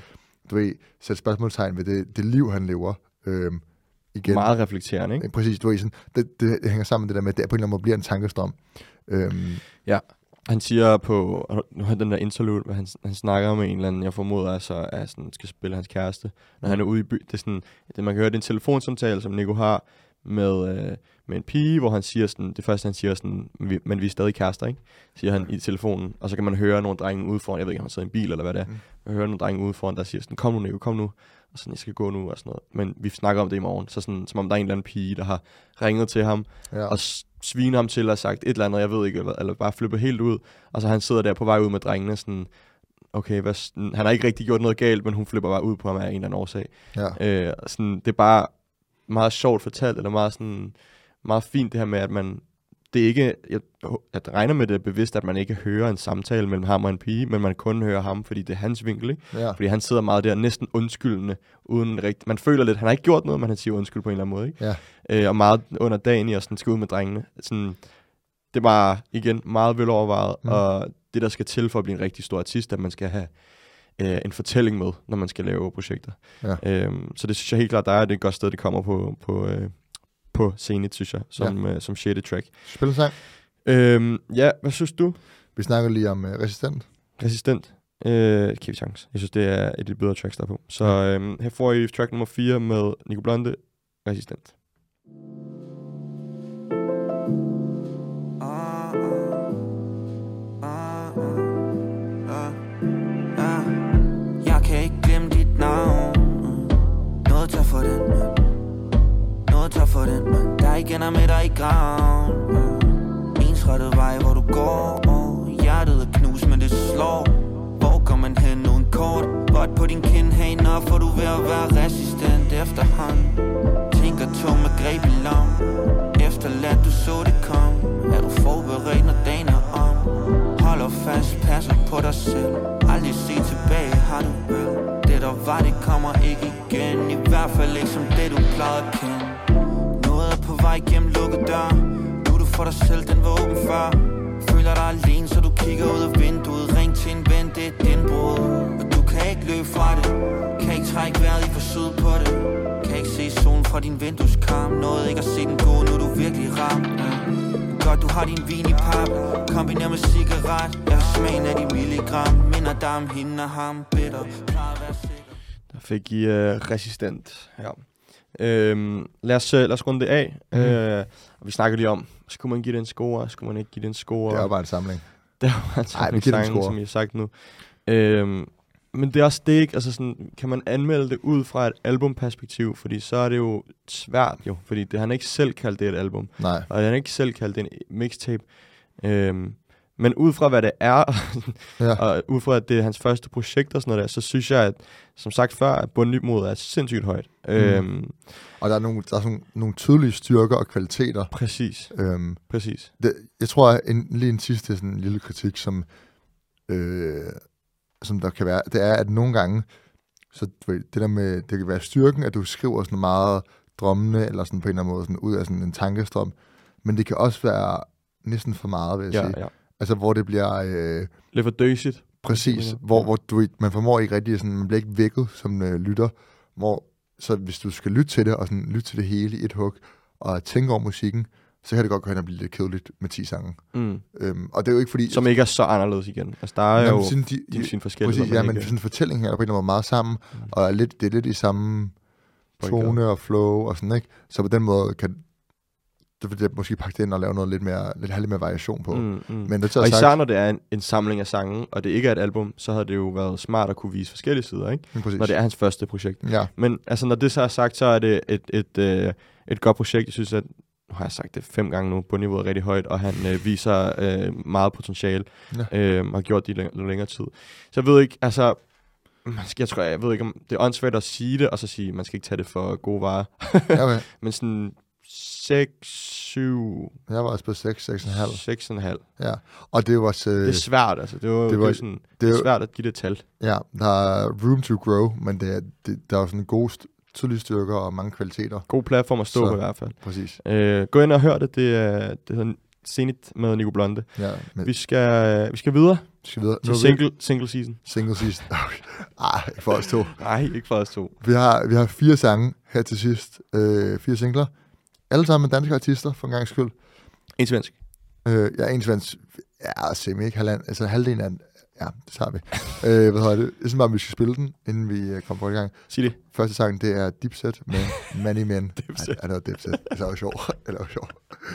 du ved, sætte spørgsmålstegn ved det, det liv, han lever. Øhm, igen. Meget reflekterende, ikke? Præcis, du ved, sådan, det, det, det hænger sammen med det der med, at det på en eller anden måde bliver en tankestrøm. Øhm. Ja, han siger på, nu har den der interlude, hvor han, han snakker med en eller anden, jeg formoder, altså, at sådan, skal spille hans kæreste, når han er ude i by. Det er sådan, det, man kan høre, det er en telefonsamtale, som Nico har med, øh, med en pige, hvor han siger sådan, det første han siger sådan, men vi er stadig kærester, ikke? Siger han i telefonen, og så kan man høre nogle drenge ude foran, jeg ved ikke, om han sidder i en bil eller hvad det er, mm. man hører nogle drenge ude foran, der siger sådan, kom nu Nico, kom nu, og sådan, jeg skal gå nu og sådan noget. Men vi snakker om det i morgen, så sådan, som om der er en eller anden pige, der har ringet til ham, ja. og sviner ham til og sagt et eller andet, jeg ved ikke, eller, eller bare flippet helt ud, og så han sidder der på vej ud med drengene, sådan, okay, hvad, sådan, han har ikke rigtig gjort noget galt, men hun flipper bare ud på ham af en eller anden årsag. Ja. Øh, sådan, det er bare meget sjovt fortalt, eller meget sådan, meget fint det her med, at man, det er ikke, jeg, jeg regner med det bevidst, at man ikke hører en samtale mellem ham og en pige, men man kun hører ham, fordi det er hans vinkel, ikke? Ja. Fordi han sidder meget der, næsten undskyldende, uden rigtig, man føler lidt, han har ikke gjort noget, men han siger undskyld på en eller anden måde, ikke? Ja. Øh, og meget under dagen i, og sådan skal ud med drengene. Sådan, det var igen meget velovervejet, mm. og det, der skal til for at blive en rigtig stor artist, at man skal have øh, en fortælling med, når man skal lave projekter. Ja. Øhm, så det synes jeg helt klart, der er et godt sted, det kommer på, på, øh, på Zenith, synes jeg, som, ja. øh, som sjette track. Spilsang? Øhm, ja, hvad synes du? Vi snakker lige om uh, Resistent. Resistent. Øh, Give chance. Jeg synes, det er et af de bedre tracks, der er på. Så øhm, her får I track nummer fire med Nico Blonde, Resistent. Jeg kan ikke glemme dit navn. Noget tager for den, man. Noget tager for den, man. Der igen er med dig i graven. Ensrettet vej, hvor du går. Hjertet er knust, men det slår. Hvor går man hen uden kort? Bot på din kind, hey, nå, for du ved at være resistent efterhånd. Tænker tung med greb i lom. Efterladt du så det kom. Er du forberedt, når dagen er om? Holder fast, passer på dig selv. Aldrig se tilbage, har du vel? Det der var, det kommer ikke igen. I hvert fald ikke som det, du plejede at kende. Noget er på vej gennem lukket dør. Nu du for dig selv, den var åben før. Føler dig alene, så du kigger ud af vinduet. Ring til en ven, det er din brud. Og du kan ikke løbe fra det. Kan ikke trække vejret i forsøget på det. Kan ikke se solen fra din vindueskarm. Noget ikke at se den gå, nu er du virkelig ramt. Ja. Godt, du har din vin i pap. Kombiner med cigaret. Jeg har smagen af de milligram. Minder dig om hende og ham. Bitter. Der fik I uh, Resistent. Ja. Øhm, lad, os, lad os runde det af. Mm. Øh, og vi snakker lige om, skulle man give den score? Skulle man ikke give den score? Det er bare en samling. Det er bare en samling Ej, sange, som jeg har sagt nu. Øhm, men det er også det, ikke? Altså sådan, kan man anmelde det ud fra et albumperspektiv? Fordi så er det jo svært jo. Fordi det, han ikke selv kaldt det et album. Nej. Og han har ikke selv kaldt det en mixtape. Øhm, men ud fra hvad det er, ja. og ud fra at det er hans første projekt og sådan noget der, så synes jeg, at som sagt før, at bundniveauet er sindssygt højt. Mm. Øhm, og der er, nogle, der er sådan nogle tydelige styrker og kvaliteter. Præcis. Øhm, præcis. Det, jeg tror, at en, lige en sidste sådan en lille kritik, som, øh, som der kan være, det er, at nogle gange, så det der med, det kan være styrken, at du skriver sådan meget drømmende, eller sådan på en eller anden måde sådan ud af sådan en tankestrøm, men det kan også være næsten for meget, vil jeg ja, sige. Ja. Altså, hvor det bliver... Øh, lidt for døsigt. Præcis. Hvor, hvor du, man formår ikke rigtig... Sådan, man bliver ikke vækket som øh, lytter. Hvor, så hvis du skal lytte til det, og sådan, lytte til det hele i et hug, og tænke over musikken, så kan det godt gå hen og blive lidt kedeligt med ti sange. Mm. Øhm, og det er jo ikke fordi... Som ikke er så anderledes igen. Altså, der er jo sådan, de, de, sine forskellige... Præcis, ja, men sådan en fortælling her er på en eller anden måde meget sammen, mm. og er lidt, det er lidt i samme tone og flow og sådan, ikke? Så på den måde kan... Det vil jeg måske pakke det ind og lave noget lidt mere, lidt, have lidt mere variation på. Mm, mm. Men det og især sagt, når det er en, en samling af sange, og det ikke er et album, så havde det jo været smart at kunne vise forskellige sider, ikke? Mm, når det er hans første projekt. Ja. Men altså, når det så er sagt, så er det et, et, et, et godt projekt. Jeg synes, at nu har jeg sagt det fem gange nu, på niveauet er rigtig højt, og han øh, viser øh, meget potentiale, ja. øh, og har gjort det i læng- længere tid. Så jeg ved ikke, altså... Man skal, jeg tror, jeg ved ikke, om det er åndssvagt at sige det, og så sige, man skal ikke tage det for gode varer. Okay. Men sådan... seks, syv... Jeg var også på seks, seks komma fem. seks komma fem. Ja, og det var også... Det er svært, altså. Det var, det var det sådan, det det er svært at give det tal. Ja, der er room to grow, men det er, det, der er sådan gode, tydelige styrker og mange kvaliteter. God platform at stå Så, på i hvert fald. Præcis. Øh, gå ind og hør det. Det er, det hedder Zenith med Nico Blonde. Ja, men... vi, skal, vi skal videre vi skal videre. til single, single season. Single season. Ah, ikke for os to. Nej, ikke for os to. Vi har, vi har fire sange her til sidst. Øh, fire singler. Alle sammen med danske artister, for en gang skyld. En svensk. Øh, ja, en svensk. Ja, semi, ikke halvand. Altså halvdelen af... Ja, det tager vi. øh, hvad hedder det? Jeg synes bare, vi skal spille den, inden vi uh, kommer på i gang. Sig det. Første sang, det er Dipset med Many Men. Dipset. Ja, det var Dipset. Det er jo sjovt. Det er jo sjovt.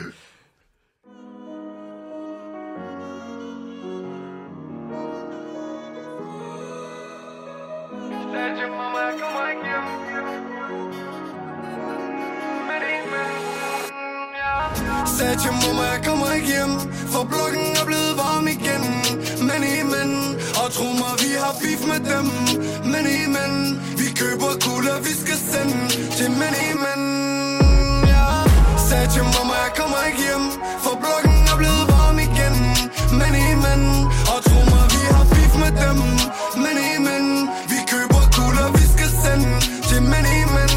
Sagde til mamma, jeg kommer ikke hjem, for blokken er blevet varm igen. Many men, og tro mig, vi har beef med dem. Many men, vi køber kugler, vi skal sende til many men. Ja. Sagde til mamma, jeg kommer ikke hjem, for blokken er blevet varm igen. Many men, og tro mig, vi har beef med dem. Many men, vi køber kugler, vi skal sende til many men.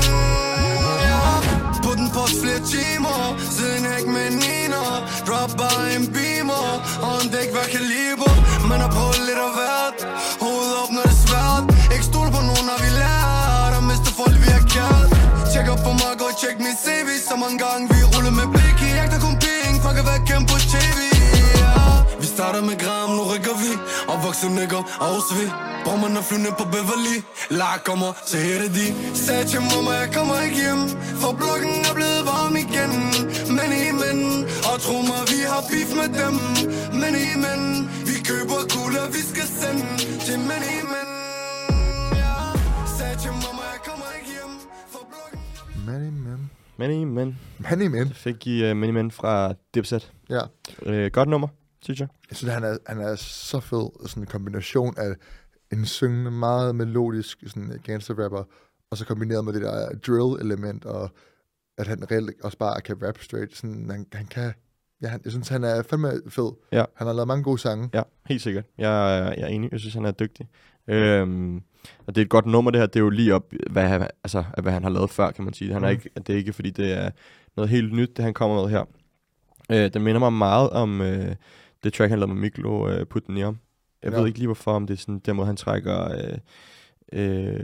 Flere timer, siden jeg ikke med Nina. Drop bare en beamer, og en dæk hver kaliber. Man har prøvet lidt af hvert, hovedet op når det er svært. Ikke stole på nogen, har vi lært, og mister folk vi har kært. Tjek op på mig, gå og tjek min C V. Så mange gange vi ruller med blik i, jagter kun penge, fuck at være kendt på T V. Yeah. Vi starter med gram, nu rykker vi, og vokser nigger, og hos vi. Brummen er flyvende på Beverly, lag kommer, så her er de. Sagde til mamma, jeg kommer ikke hjem, for blokken er blevet varm igen. Many men, og tro mig, vi har beef med dem. Many men, vi køber kugler, vi skal sende til many men. Yeah. Sagde til mamma, jeg kommer ikke hjem, for blokken. Many Men. Many Men. Many Men. Fik I uh, Many Men fra Dipset. Ja. Uh, godt nummer, synes jeg. Jeg synes, han er, han er så fed. Sådan en kombination af en syngende, meget melodisk sådan gangster-rapper, og så kombineret med det der drill-element, og at han reelt også bare kan rap straight. Sådan, han, han kan... Ja, han, jeg synes, han er fandme fed. Ja. Han har lavet mange gode sange. Ja, helt sikkert. Jeg, jeg er enig. Jeg synes, han er dygtig. Øhm, og det er et godt nummer, det her. Det er jo lige op, hvad han, altså, hvad han har lavet før, kan man sige. Han er Mm. ikke, det er ikke, fordi det er noget helt nyt, det han kommer med her. Øh, den minder mig meget om øh, det track, han lavede med Miklo, øh, Put Den I Om. Jeg Ja. ved ikke lige, hvorfor, om det er sådan, den måde, han trækker øh, øh,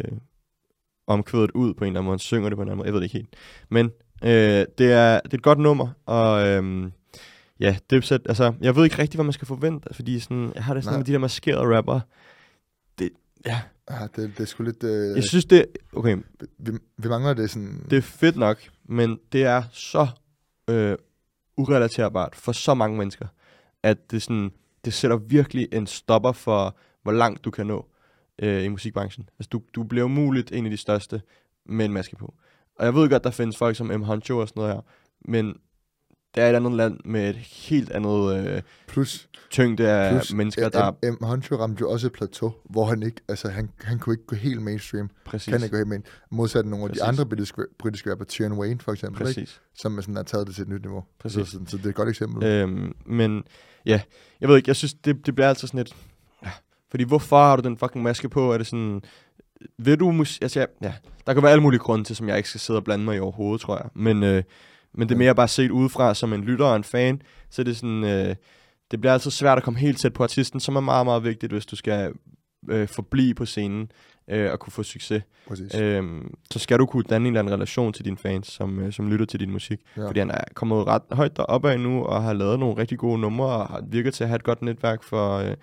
omkvædet ud på en eller anden måde. Han synger det på en eller anden måde. Jeg ved det ikke helt. Men øh, det, er, det er et godt nummer, og øh, ja, Dipset, altså, jeg ved ikke rigtig, hvad man skal forvente, fordi sådan, jeg har det sådan Nej. med de der maskerede rapper. Det, ja, Ja, det, det er sgu lidt... Øh, jeg synes det, okay, vi, vi mangler det sådan... det er fedt nok, men det er så øh, urelaterbart for så mange mennesker, at det sådan, det sætter virkelig en stopper for, hvor langt du kan nå øh, i musikbranchen. Altså, du, du bliver umuligt en af de største med en maske på. Og jeg ved godt, der findes folk som M. Honcho og sådan noget her, men det er et andet land med et helt andet øh, Plus, tyngde af plus mennesker, der... M. M. Honcho ramte jo også et plateau, hvor han ikke... Altså, han, han kunne ikke gå helt mainstream. Præcis. Kan ikke gå helt main. Modsat nogle af Præcis. de andre britiske, britiske rapper, Tion Wayne for eksempel, ikke? Præcis. Som er sådan har taget det til et nyt niveau. Præcis. Så, sådan, så det er et godt eksempel. Øhm, men ja, jeg ved ikke, jeg synes, det, det bliver altid sådan lidt... Ja, fordi hvorfor har du den fucking maske på? Er det sådan... Vil du... Mus- altså, ja, ja, der kan være alle mulige grunde til, som jeg ikke skal sidde og blande mig i overhovedet, tror jeg. Men, øh, men det er mere bare set udefra som en lytter og en fan, så det er sådan... Øh, det bliver altid svært at komme helt tæt på artisten, som er meget, meget vigtigt, hvis du skal øh, forblive på scenen øh, og kunne få succes. Præcis. Øhm, så skal du kunne danne en eller anden relation til dine fans, som, øh, som lytter til din musik. Ja. Fordi han er kommet ret højt deroppe af nu, og har lavet nogle rigtig gode numre, og har virket til at have et godt netværk for, øh,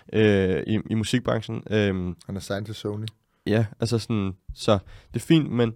øh, i, i musikbranchen. Øhm, Han er signed til Sony. ja, altså sådan, så det er fint, men,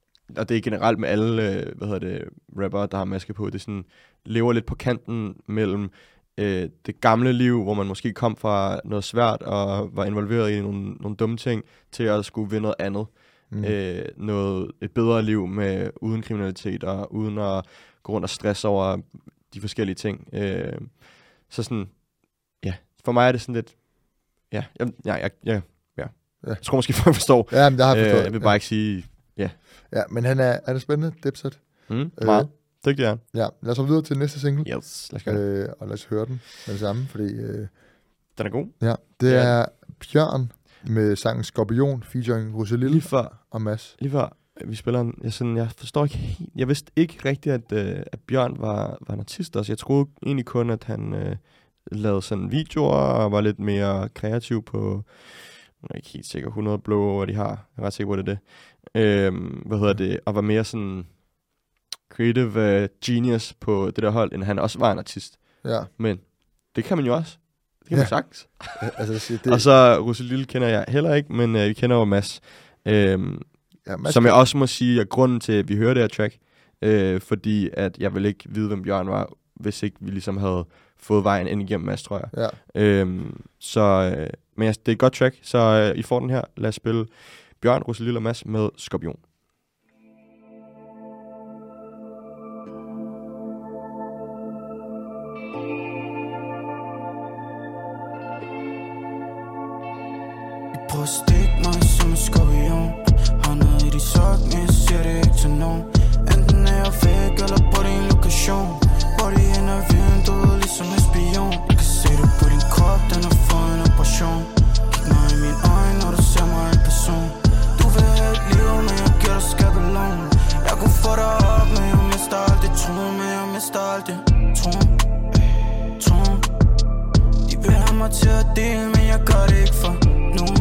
og det er generelt med alle, øh, hvad hedder det, rappere, der har maske på, det sådan, lever lidt på kanten mellem øh, det gamle liv, hvor man måske kom fra noget svært, og var involveret i nogle, nogle dumme ting, til at skulle vinde noget andet. Mm. Mm. Øh, noget, et bedre liv med uden kriminalitet og uden at gå rundt og stresse over de forskellige ting. Øh, så sådan, ja, for mig er det sådan lidt, ja, jeg, ja, jeg, ja, ja. Ja. Jeg tror måske, folk forstår. Ja, men det har jeg forstået. Øh, jeg vil bare ikke sige, ja. Ja, men han er, er det spændende, Dipset. Mm, Øh. meget. Dygtig er han. Ja, lad os gå videre til næste single. Yes, lad os gøre det. Øh, og lad os høre den med det samme, fordi... Øh, Den er god. ja, det Ja. er Bjørn med sangen Skorpion, featuring Rosalille Lige før, og Mads. lige før vi spiller en, jeg, sådan, jeg forstår ikke helt, jeg vidste ikke rigtigt, at, øh, at Bjørn var, var en artist også. Jeg troede egentlig kun, at han øh, lavede sådan videoer og var lidt mere kreativ på, jeg er ikke helt sikker, hundrede blow, de har. Jeg er ret sikker på, det er det. Øhm, hvad hedder det? Og var mere sådan creative uh, genius på det der hold, end han også var en artist. Ja. Men det kan man jo også. Det kan ja. man sagtens. Ja, altså, det... Og så Rosalille kender jeg heller ikke, men uh, vi kender jo Mads. Øhm, ja, Mads som kan... jeg også må sige, er grunden til, at vi hører det her track. Øh, fordi at jeg ville ikke vide, hvem Bjørn var, hvis ikke vi ligesom havde fået vejen ind igennem Mads, tror jeg. Ja. Øhm, så, øh, men det er et godt track, så øh, I får den her. Lad os spille Bjørn, Rosalille og Mads med Skorpion. Prøv at stikke mig som en skorpion. Har noget i de sok, men jeg siger det ikke til nogen. Enten er jeg væk, eller på din lokation. Body ind ad vinduet, ligesom en spion. Jeg kan se det på din krop, den har fået en operation. Kig mig i mine øjne, når du ser mig en person. Du vil have et liv, men jeg giver dig skabelon. Jeg kunne få dig op, men jeg mister aldrig troen. Men jeg mister aldrig troen. Troen. De vil have mig til at dele, men jeg gør det ikke for nogen.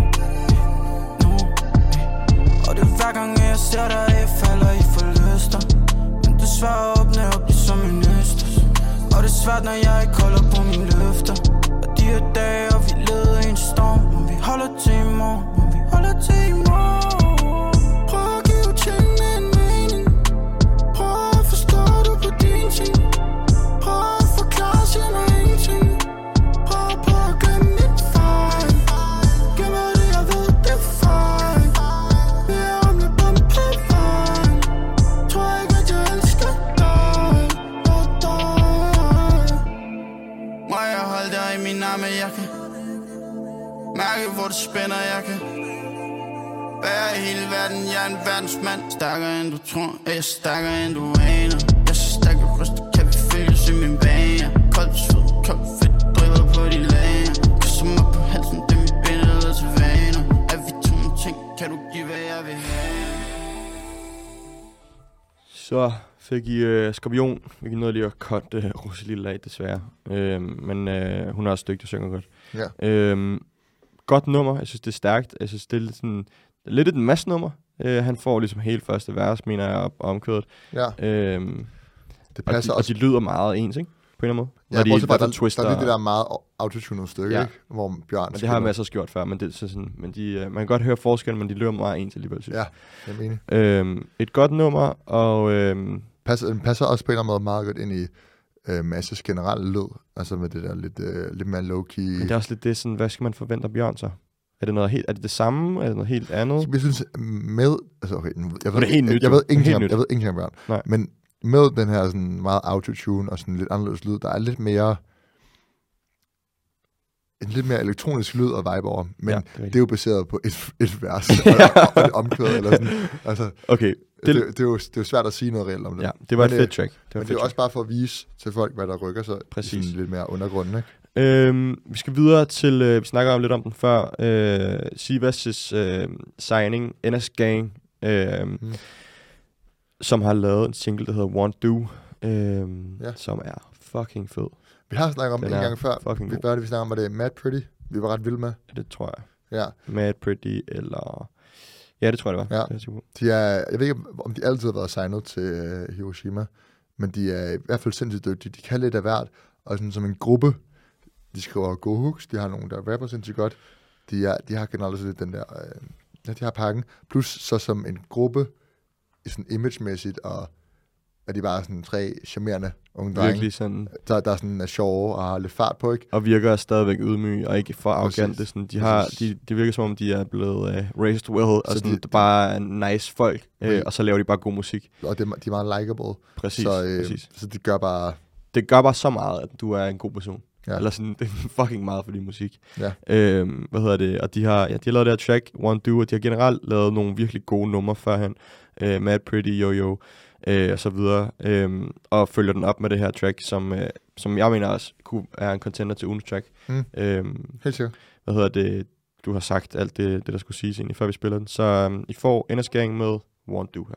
Hver gang jeg ser dig, jeg falder i forlyster. Men det er svært at åbne op ligesom en østers. Og det er svært, når jeg ikke holder på mine løfter. Og de her dage, og vi leder i en storm. Men vi holder til i morgen, men vi holder til i morgen. Prøv at give tingene en mening. Prøv at forstå du på din ting. Prøv at forklare, siger mig ingenting. Prøv på at glemme mit fejl. Giv mig det, jeg ved, det er fejl. Men jeg kan mærke, hvor det spænder, jeg kan bære hele verden, jeg er en verdensmand. Stærkere end du tror, jeg er stærkere end du aner. Jeg er så stærk, at ryster, kan vi følges i min bane. Koldt sved, koldt fedt, driver på de lager. Kysser mig på halsen, det er mit billede til vaner. Er vi to ting, kan du give, hvad jeg vil have. Så fik I øh, Skorpion. Vi kan nå lige at cut øh, Rosalille af, desværre. Øh, men øh, hun er også dygtig og synger godt. Ja. Øh, godt nummer. Jeg synes, det er stærkt. Jeg synes, det er lidt, sådan, lidt et Mads-nummer. Øh, han får ligesom helt første vers, mener jeg, op omkødet. Ja. Øh, det passer og, de, også. og de lyder meget ens, ikke? På en eller anden måde. Ja, de, bortset fra, der, twister, der er det der meget autotunet stykke, ja. ikke? Hvor Bjørn... Men det har Mads også gjort før, men, det, så sådan, men de, øh, man kan godt høre forskellen, men de lyder meget ens alligevel, synes jeg. Ja, jeg mener. Øh, et godt nummer, og... Øh, passer, den passer også på en eller anden måde meget godt ind i øh, Mads' generelle lyd. Altså med det der lidt, øh, lidt mere low-key. Men det er også lidt det sådan, hvad skal man forvente af Bjørn så? Er det noget helt, er det det samme? Er det noget helt andet? Jeg synes, med... Altså, okay, jeg ved, det er helt jeg, nyt, jeg, ved ingenting helt om, nyt. jeg ved ingenting om Bjørn. Nej. Men med den her sådan meget autotune og sådan lidt anderledes lyd, der er lidt mere... en lidt mere elektronisk lyd og vibe over. Men ja, det, er det er jo baseret på et, et vers og, og et omkvæd eller sådan. Altså, okay. Det, det, det, er jo, det er jo svært at sige noget reelt om det. Ja, det var men, et fedt track. Det var men det er også bare for at vise til folk, hvad der rykker sig. Præcis. Sådan lidt mere undergrunden, ikke? Øhm, vi skal videre til, øh, vi snakker om lidt om den før, øh, Sivas' øh, signing, N S Gang, øh, mm. som har lavet en single, der hedder Want Do, øh, ja. som er fucking fed. Vi har snakket om den en gang før. Vi, hvad det, vi snakker om, var det Mad Pretty? Vi var ret vilde med. Ja, det tror jeg. Ja. Mad Pretty, eller... Ja, det tror jeg, det var. Ja. Det er de er, jeg ved ikke, om de altid har været signet til uh, Hiroshima, men de er i hvert fald sindssygt dygtige. De kan lidt af hvert, og sådan som en gruppe, de skriver gode hooks, de har nogen, der rapper sindssygt godt. De, er, de har generelt lidt den der, uh, ja, de har pakken. Plus så som en gruppe, sådan imagemæssigt, og er de bare sådan tre charmerende unge drenge. Virkelig sådan. Der, der er sådan er sjove og har lidt fart på, ikke? Og virker stadigvæk ydmyge og ikke for arrogante. Sådan, de har, de, de virker som om, de er blevet uh, raised well, og så sådan, de, bare er nice folk, øh, og så laver de bare god musik. Og det, de er meget likeable. Præcis, så, øh, præcis. Så det gør bare... Det gør bare så meget, at du er en god person. Ja. Eller sådan, det er fucking meget for din musik. Ja. Øhm, hvad hedder det? Og de har, ja, de har lavet det her track, One Do, og de har generelt lavet nogle virkelig gode numre førhen. Uh, Mad Pretty, Yo Yo. Øh, og så videre, øh, og følger den op med det her track, som, øh, som jeg mener også kunne er en contender til ugens track. Mm. Øh, Helt sikkert. Hvad hedder det? Du har sagt alt det, det der skulle siges egentlig, før vi spiller den. Så øh, I får N S Gang med Want Do her.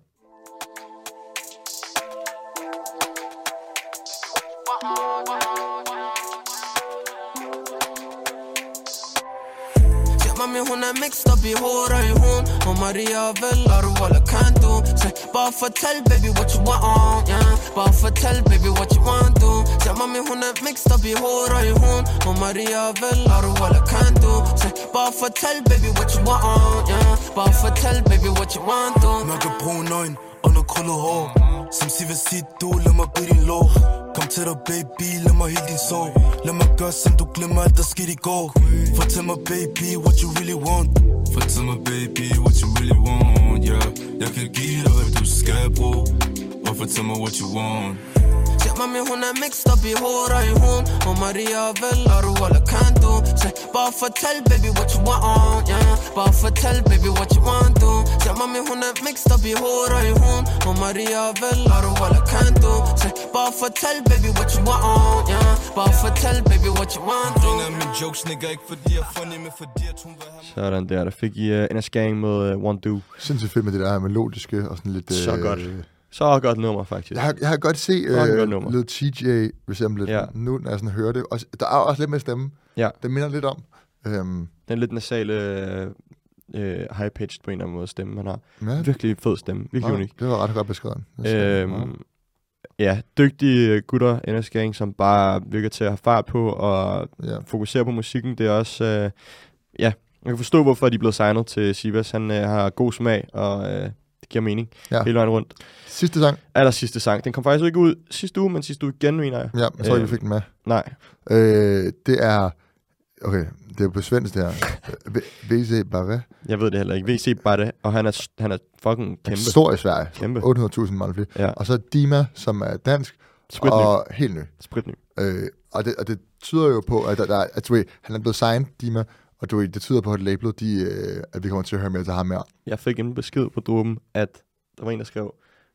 Mami, hun er mixed up i hovedet og i hun Og Maria, vel, er du eller kan du Så bare fortæl, baby, what you want, yeah Bare fortæl, baby, what you want, du Så mami, hun er mixed up i hovedet og i hun Og Maria, vel, er du eller kan du Så bare fortæl, baby, what you want, yeah Bare fortæl, baby, what you want, du Mørkebrun øjne og noget krøllet hår Som siger, hvad siger du, lad mig bede din lov Kom til dig, baby, lad mig hele din sorg Lad mig gøre, som du glemmer, at der skete i går Fortæl mig, baby, what you really want Fortæl mig, baby, what you really want, yeah Jeg kan give dig, hvad du skal bruge Og fortæl mig, what you want Ja, mami, hun er mixed up i hovedet og i hun Og Maria, vel, er du eller kan du Så bare fortæl, baby, what you want, yeah Bare fortæl, baby, what you want, du Ja, mami, hun er mixed up i hovedet og i hun Og Maria, vel, er du eller kan du Så bare fortæl, baby, what you want, yeah Bare fortæl, baby, what you want, du En af mine jokes, nigga, ikke fordi jeg er funny, men fordi at hun vil have Sådan der, der fik I uh, N S Gang med uh, One Do. Sindssygt fedt med det der melodiske og sådan lidt... Så øh, godt. Så godt nummer, faktisk. Jeg har, jeg har godt set øh, lidt T J, hvis jeg lidt, ja. Nu, når jeg sådan hører det. Og der er også lidt med stemme. Ja. Det minder lidt om. Øhm. Den lidt nasale, øh, high-pitched på en eller anden måde stemme, han har. Ja. Virkelig fed stemme. Virkelig ja, unik. Det var ret godt beskrevet. Øhm, ja. ja, dygtige gutter, N S Gang, som bare virker til at have fart på og ja. fokusere på musikken. Det er også... Øh, ja, jeg kan forstå, hvorfor de er blevet signet til Sivas. Han øh, har god smag, og... Øh, det giver mening. Ja. Hele vejen rundt. Sidste sang? Aller sidste sang. Den kom faktisk ikke ud sidste uge, men sidste uge igen, mener jeg. Ja, jeg tror ikke, vi fik den med. Nej. Øh, det er... Okay, det er på svensk, det her. V C Barre. Jeg ved det heller ikke. V C Barre, og han er, han er fucking kæmpe. Han er stor i Sverige. Kæmpe. otte hundrede tusind månedlige. Ja. Og så Dima, som er dansk. Spritny. Og helt ny. Spritny. Øh, og, det, og det tyder jo på, at, der, der, at du ved, han er blevet signed, Dima. Og du ved, det tyder på, at labelet, de, øh, at vi kommer til at høre mere til ham mere. Jeg fik en besked på Druben, at der var en, der skrev,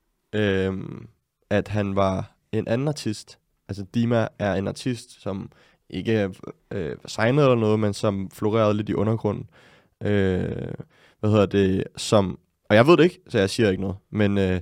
øhm, at han var en anden artist. Altså Dima er en artist, som ikke er øh, signet eller noget, men som florerede lidt i undergrunden. Øh, hvad hedder det? Som, og jeg ved det ikke, så jeg siger ikke noget. Men, øh,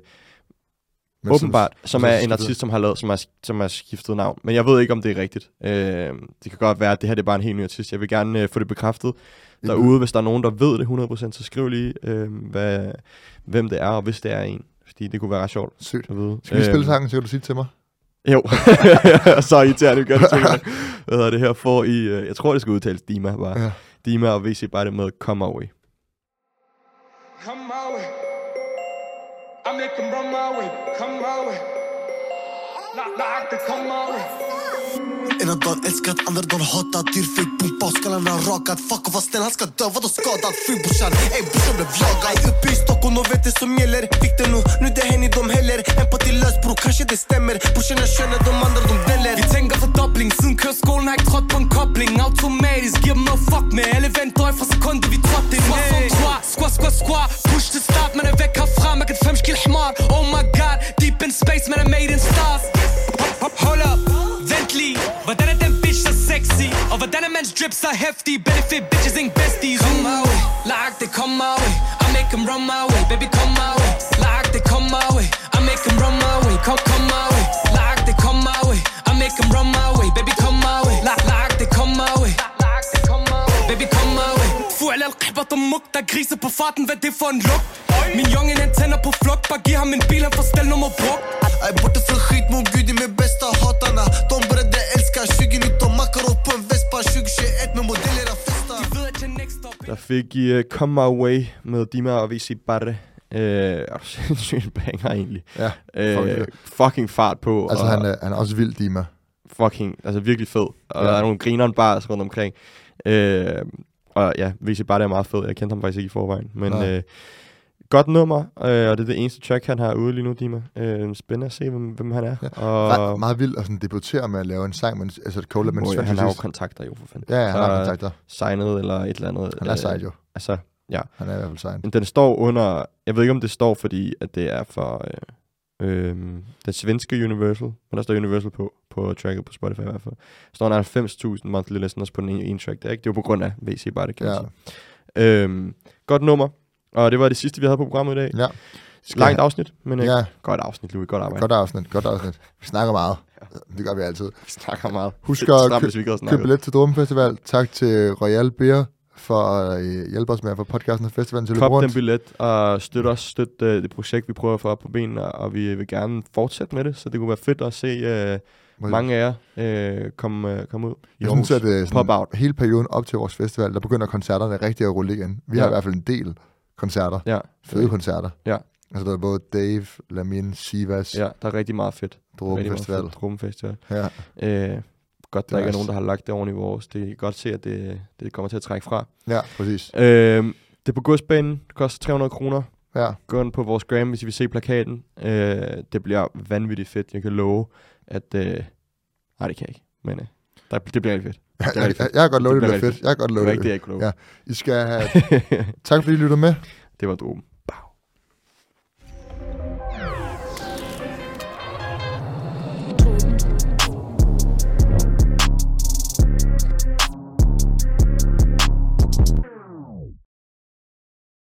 men åbenbart, som, som er en artist, som har lavet, som har, som har skiftet navn. Men jeg ved ikke, om det er rigtigt. Øh, det kan godt være, at det her det er bare en helt ny artist. Jeg vil gerne øh, få det bekræftet derude. Hvis der er nogen, der ved det hundrede procent, så skriv lige, øh, hvad, hvem det er, og hvis det er en. Fordi det kunne være ret sjovt. Sygt. At vide. Skal vi spille sangen, så kan du sige det til mig? Jo. Så irriterende, vi gør det til mig. Hvad hedder det her for i... Øh, jeg tror, det skal udtales Dima bare. Ja. Dima og V C bare det med Come Away. Come my way. I make them run my way. Come my way. Not like they come my way. En av dem älskar att andra de hatar. Dyrfik, pumpa och skallarna rakat. Fuck och vad snäll, han ska dö, vadå skadad? Fy brorsan, ey brorsan blev jagad. Uppe i Stockholm och vet det som gäller. Fick det nu, nu det händer de heller. Empati lös bror, kanske det stämmer. Brorsan jag känner de andra de väller. Vi tänker fördoppling, siden kørskolen har ikke trådt på en kobling. Automatisk, giver dem noget fuck med. Alle vent døj fra sekundet, vi trådte det med. Squat, squat, squat, squat. Push til start, man er væk herfra. Man kan fem skil hmar. Oh my god, deep in space, man er made in stars. Hold up, vent lige. Hvordan er den bitch så sexy? Og hvordan er mans drip så heftig? Benefit bitches ain't besties. Come my way, like they come my way. I make them run my way, baby come my way. Like they come my way, I make them run my way. Come, come my way, like they come my way. I make them run my way, baby come my way. Like, like they come my way, like they come my way. Baby come my way. Fuel al-qihbat og mug, der griser på farten, hvad det for en lugt? Min junge, han tænder på flugt, bare giv ham en bil, han får stelnummer brugt. Ej, borte för skit, mot gud är med bästa hatarna. De började älska tjugo nitton, mackar upp på en Vespa tjugo tjugoett med modeller av festa. Der fik I uh, Come My Way med Dima og V C Barre. Øh, og sindssygt banger egentlig. Ja, øh, fucking fart på. Altså og han er, han er også vild, Dima. Fucking, altså virkelig fed. Og ja. Der er nogle grineren bars rundt omkring. Øh, og ja, V C Barre er meget fed. Jeg kendte ham faktisk ikke i forvejen. Men øh, godt nummer, øh, og det er det eneste track, han har ude lige nu, Dima. Øh, spændende at se, hvem, hvem han er. Ja. Og meget, meget vildt at sådan debutere med at lave en sang, men altså et collab med en svensk. Han har jo kontakter jo, for fanden. Ja, ja han har kontakter. Signet eller et eller andet. Han er sejt jo. Altså, ja. Han er i hvert fald sejt. Den står under, jeg ved ikke om det står, fordi at det er for øh, øh, den svenske Universal, men der står Universal på, på tracket på Spotify i hvert fald. Der står halvfems tusind monthly listeners på den ene track, det er ikke? Det er jo på grund af V C bare, det kan ja. sige. Øh, godt nummer, og det var det sidste, vi havde på programmet i dag. Ja. Langt afsnit, men ikke ja. Godt afsnit, Louis. Godt arbejde. Godt afsnit, godt afsnit. Vi snakker meget. Det gør vi altid. Vi snakker meget. Husk at kø- købe billet til Druben Festival. Tak til Royal Beer for at øh, hjælpe os med at få podcasten og festivalen til at løbe Kop rundt. den billet, og støt os, støt uh, det projekt, vi prøver at få op på benene, og vi vil gerne fortsætte med det, så det kunne være fedt at se uh, mange af jer uh, komme uh, komme ud i Jeg Aarhus. synes, at uh, Pop out. hele perioden op til vores festival, der begynder koncerterne rigtig at rulle igen. Vi Ja. har i hvert fald en del koncerter. Ja. Fede koncerter. Ja. Altså, der er både Dave, Lamin, Sivas, Ja, der er rigtig meget fedt. Dråben Festival. Dråben Festival. Ja. Øh, godt, der Det er ikke er også- nogen, der har lagt det oven i vores. Det kan godt se, at det, det kommer til at trække fra. Ja, præcis. Øh, det er på godsbanen. Det koster tre hundrede kroner. Ja. Gå ind på vores gram, hvis I vil se plakaten. Øh, det bliver vanvittigt fedt. Jeg kan love, at... Øh, nej, det kan jeg ikke. Men øh, der, det bliver rigtig fedt. Jeg, Det er jeg, rigtig jeg, fedt. jeg kan godt love, det bliver bliver rigtig fedt. Jeg kan godt Det love var det. ikke det, jeg kunne love. Ja. I skal have... Tak fordi I lytter med. Det var Dråben.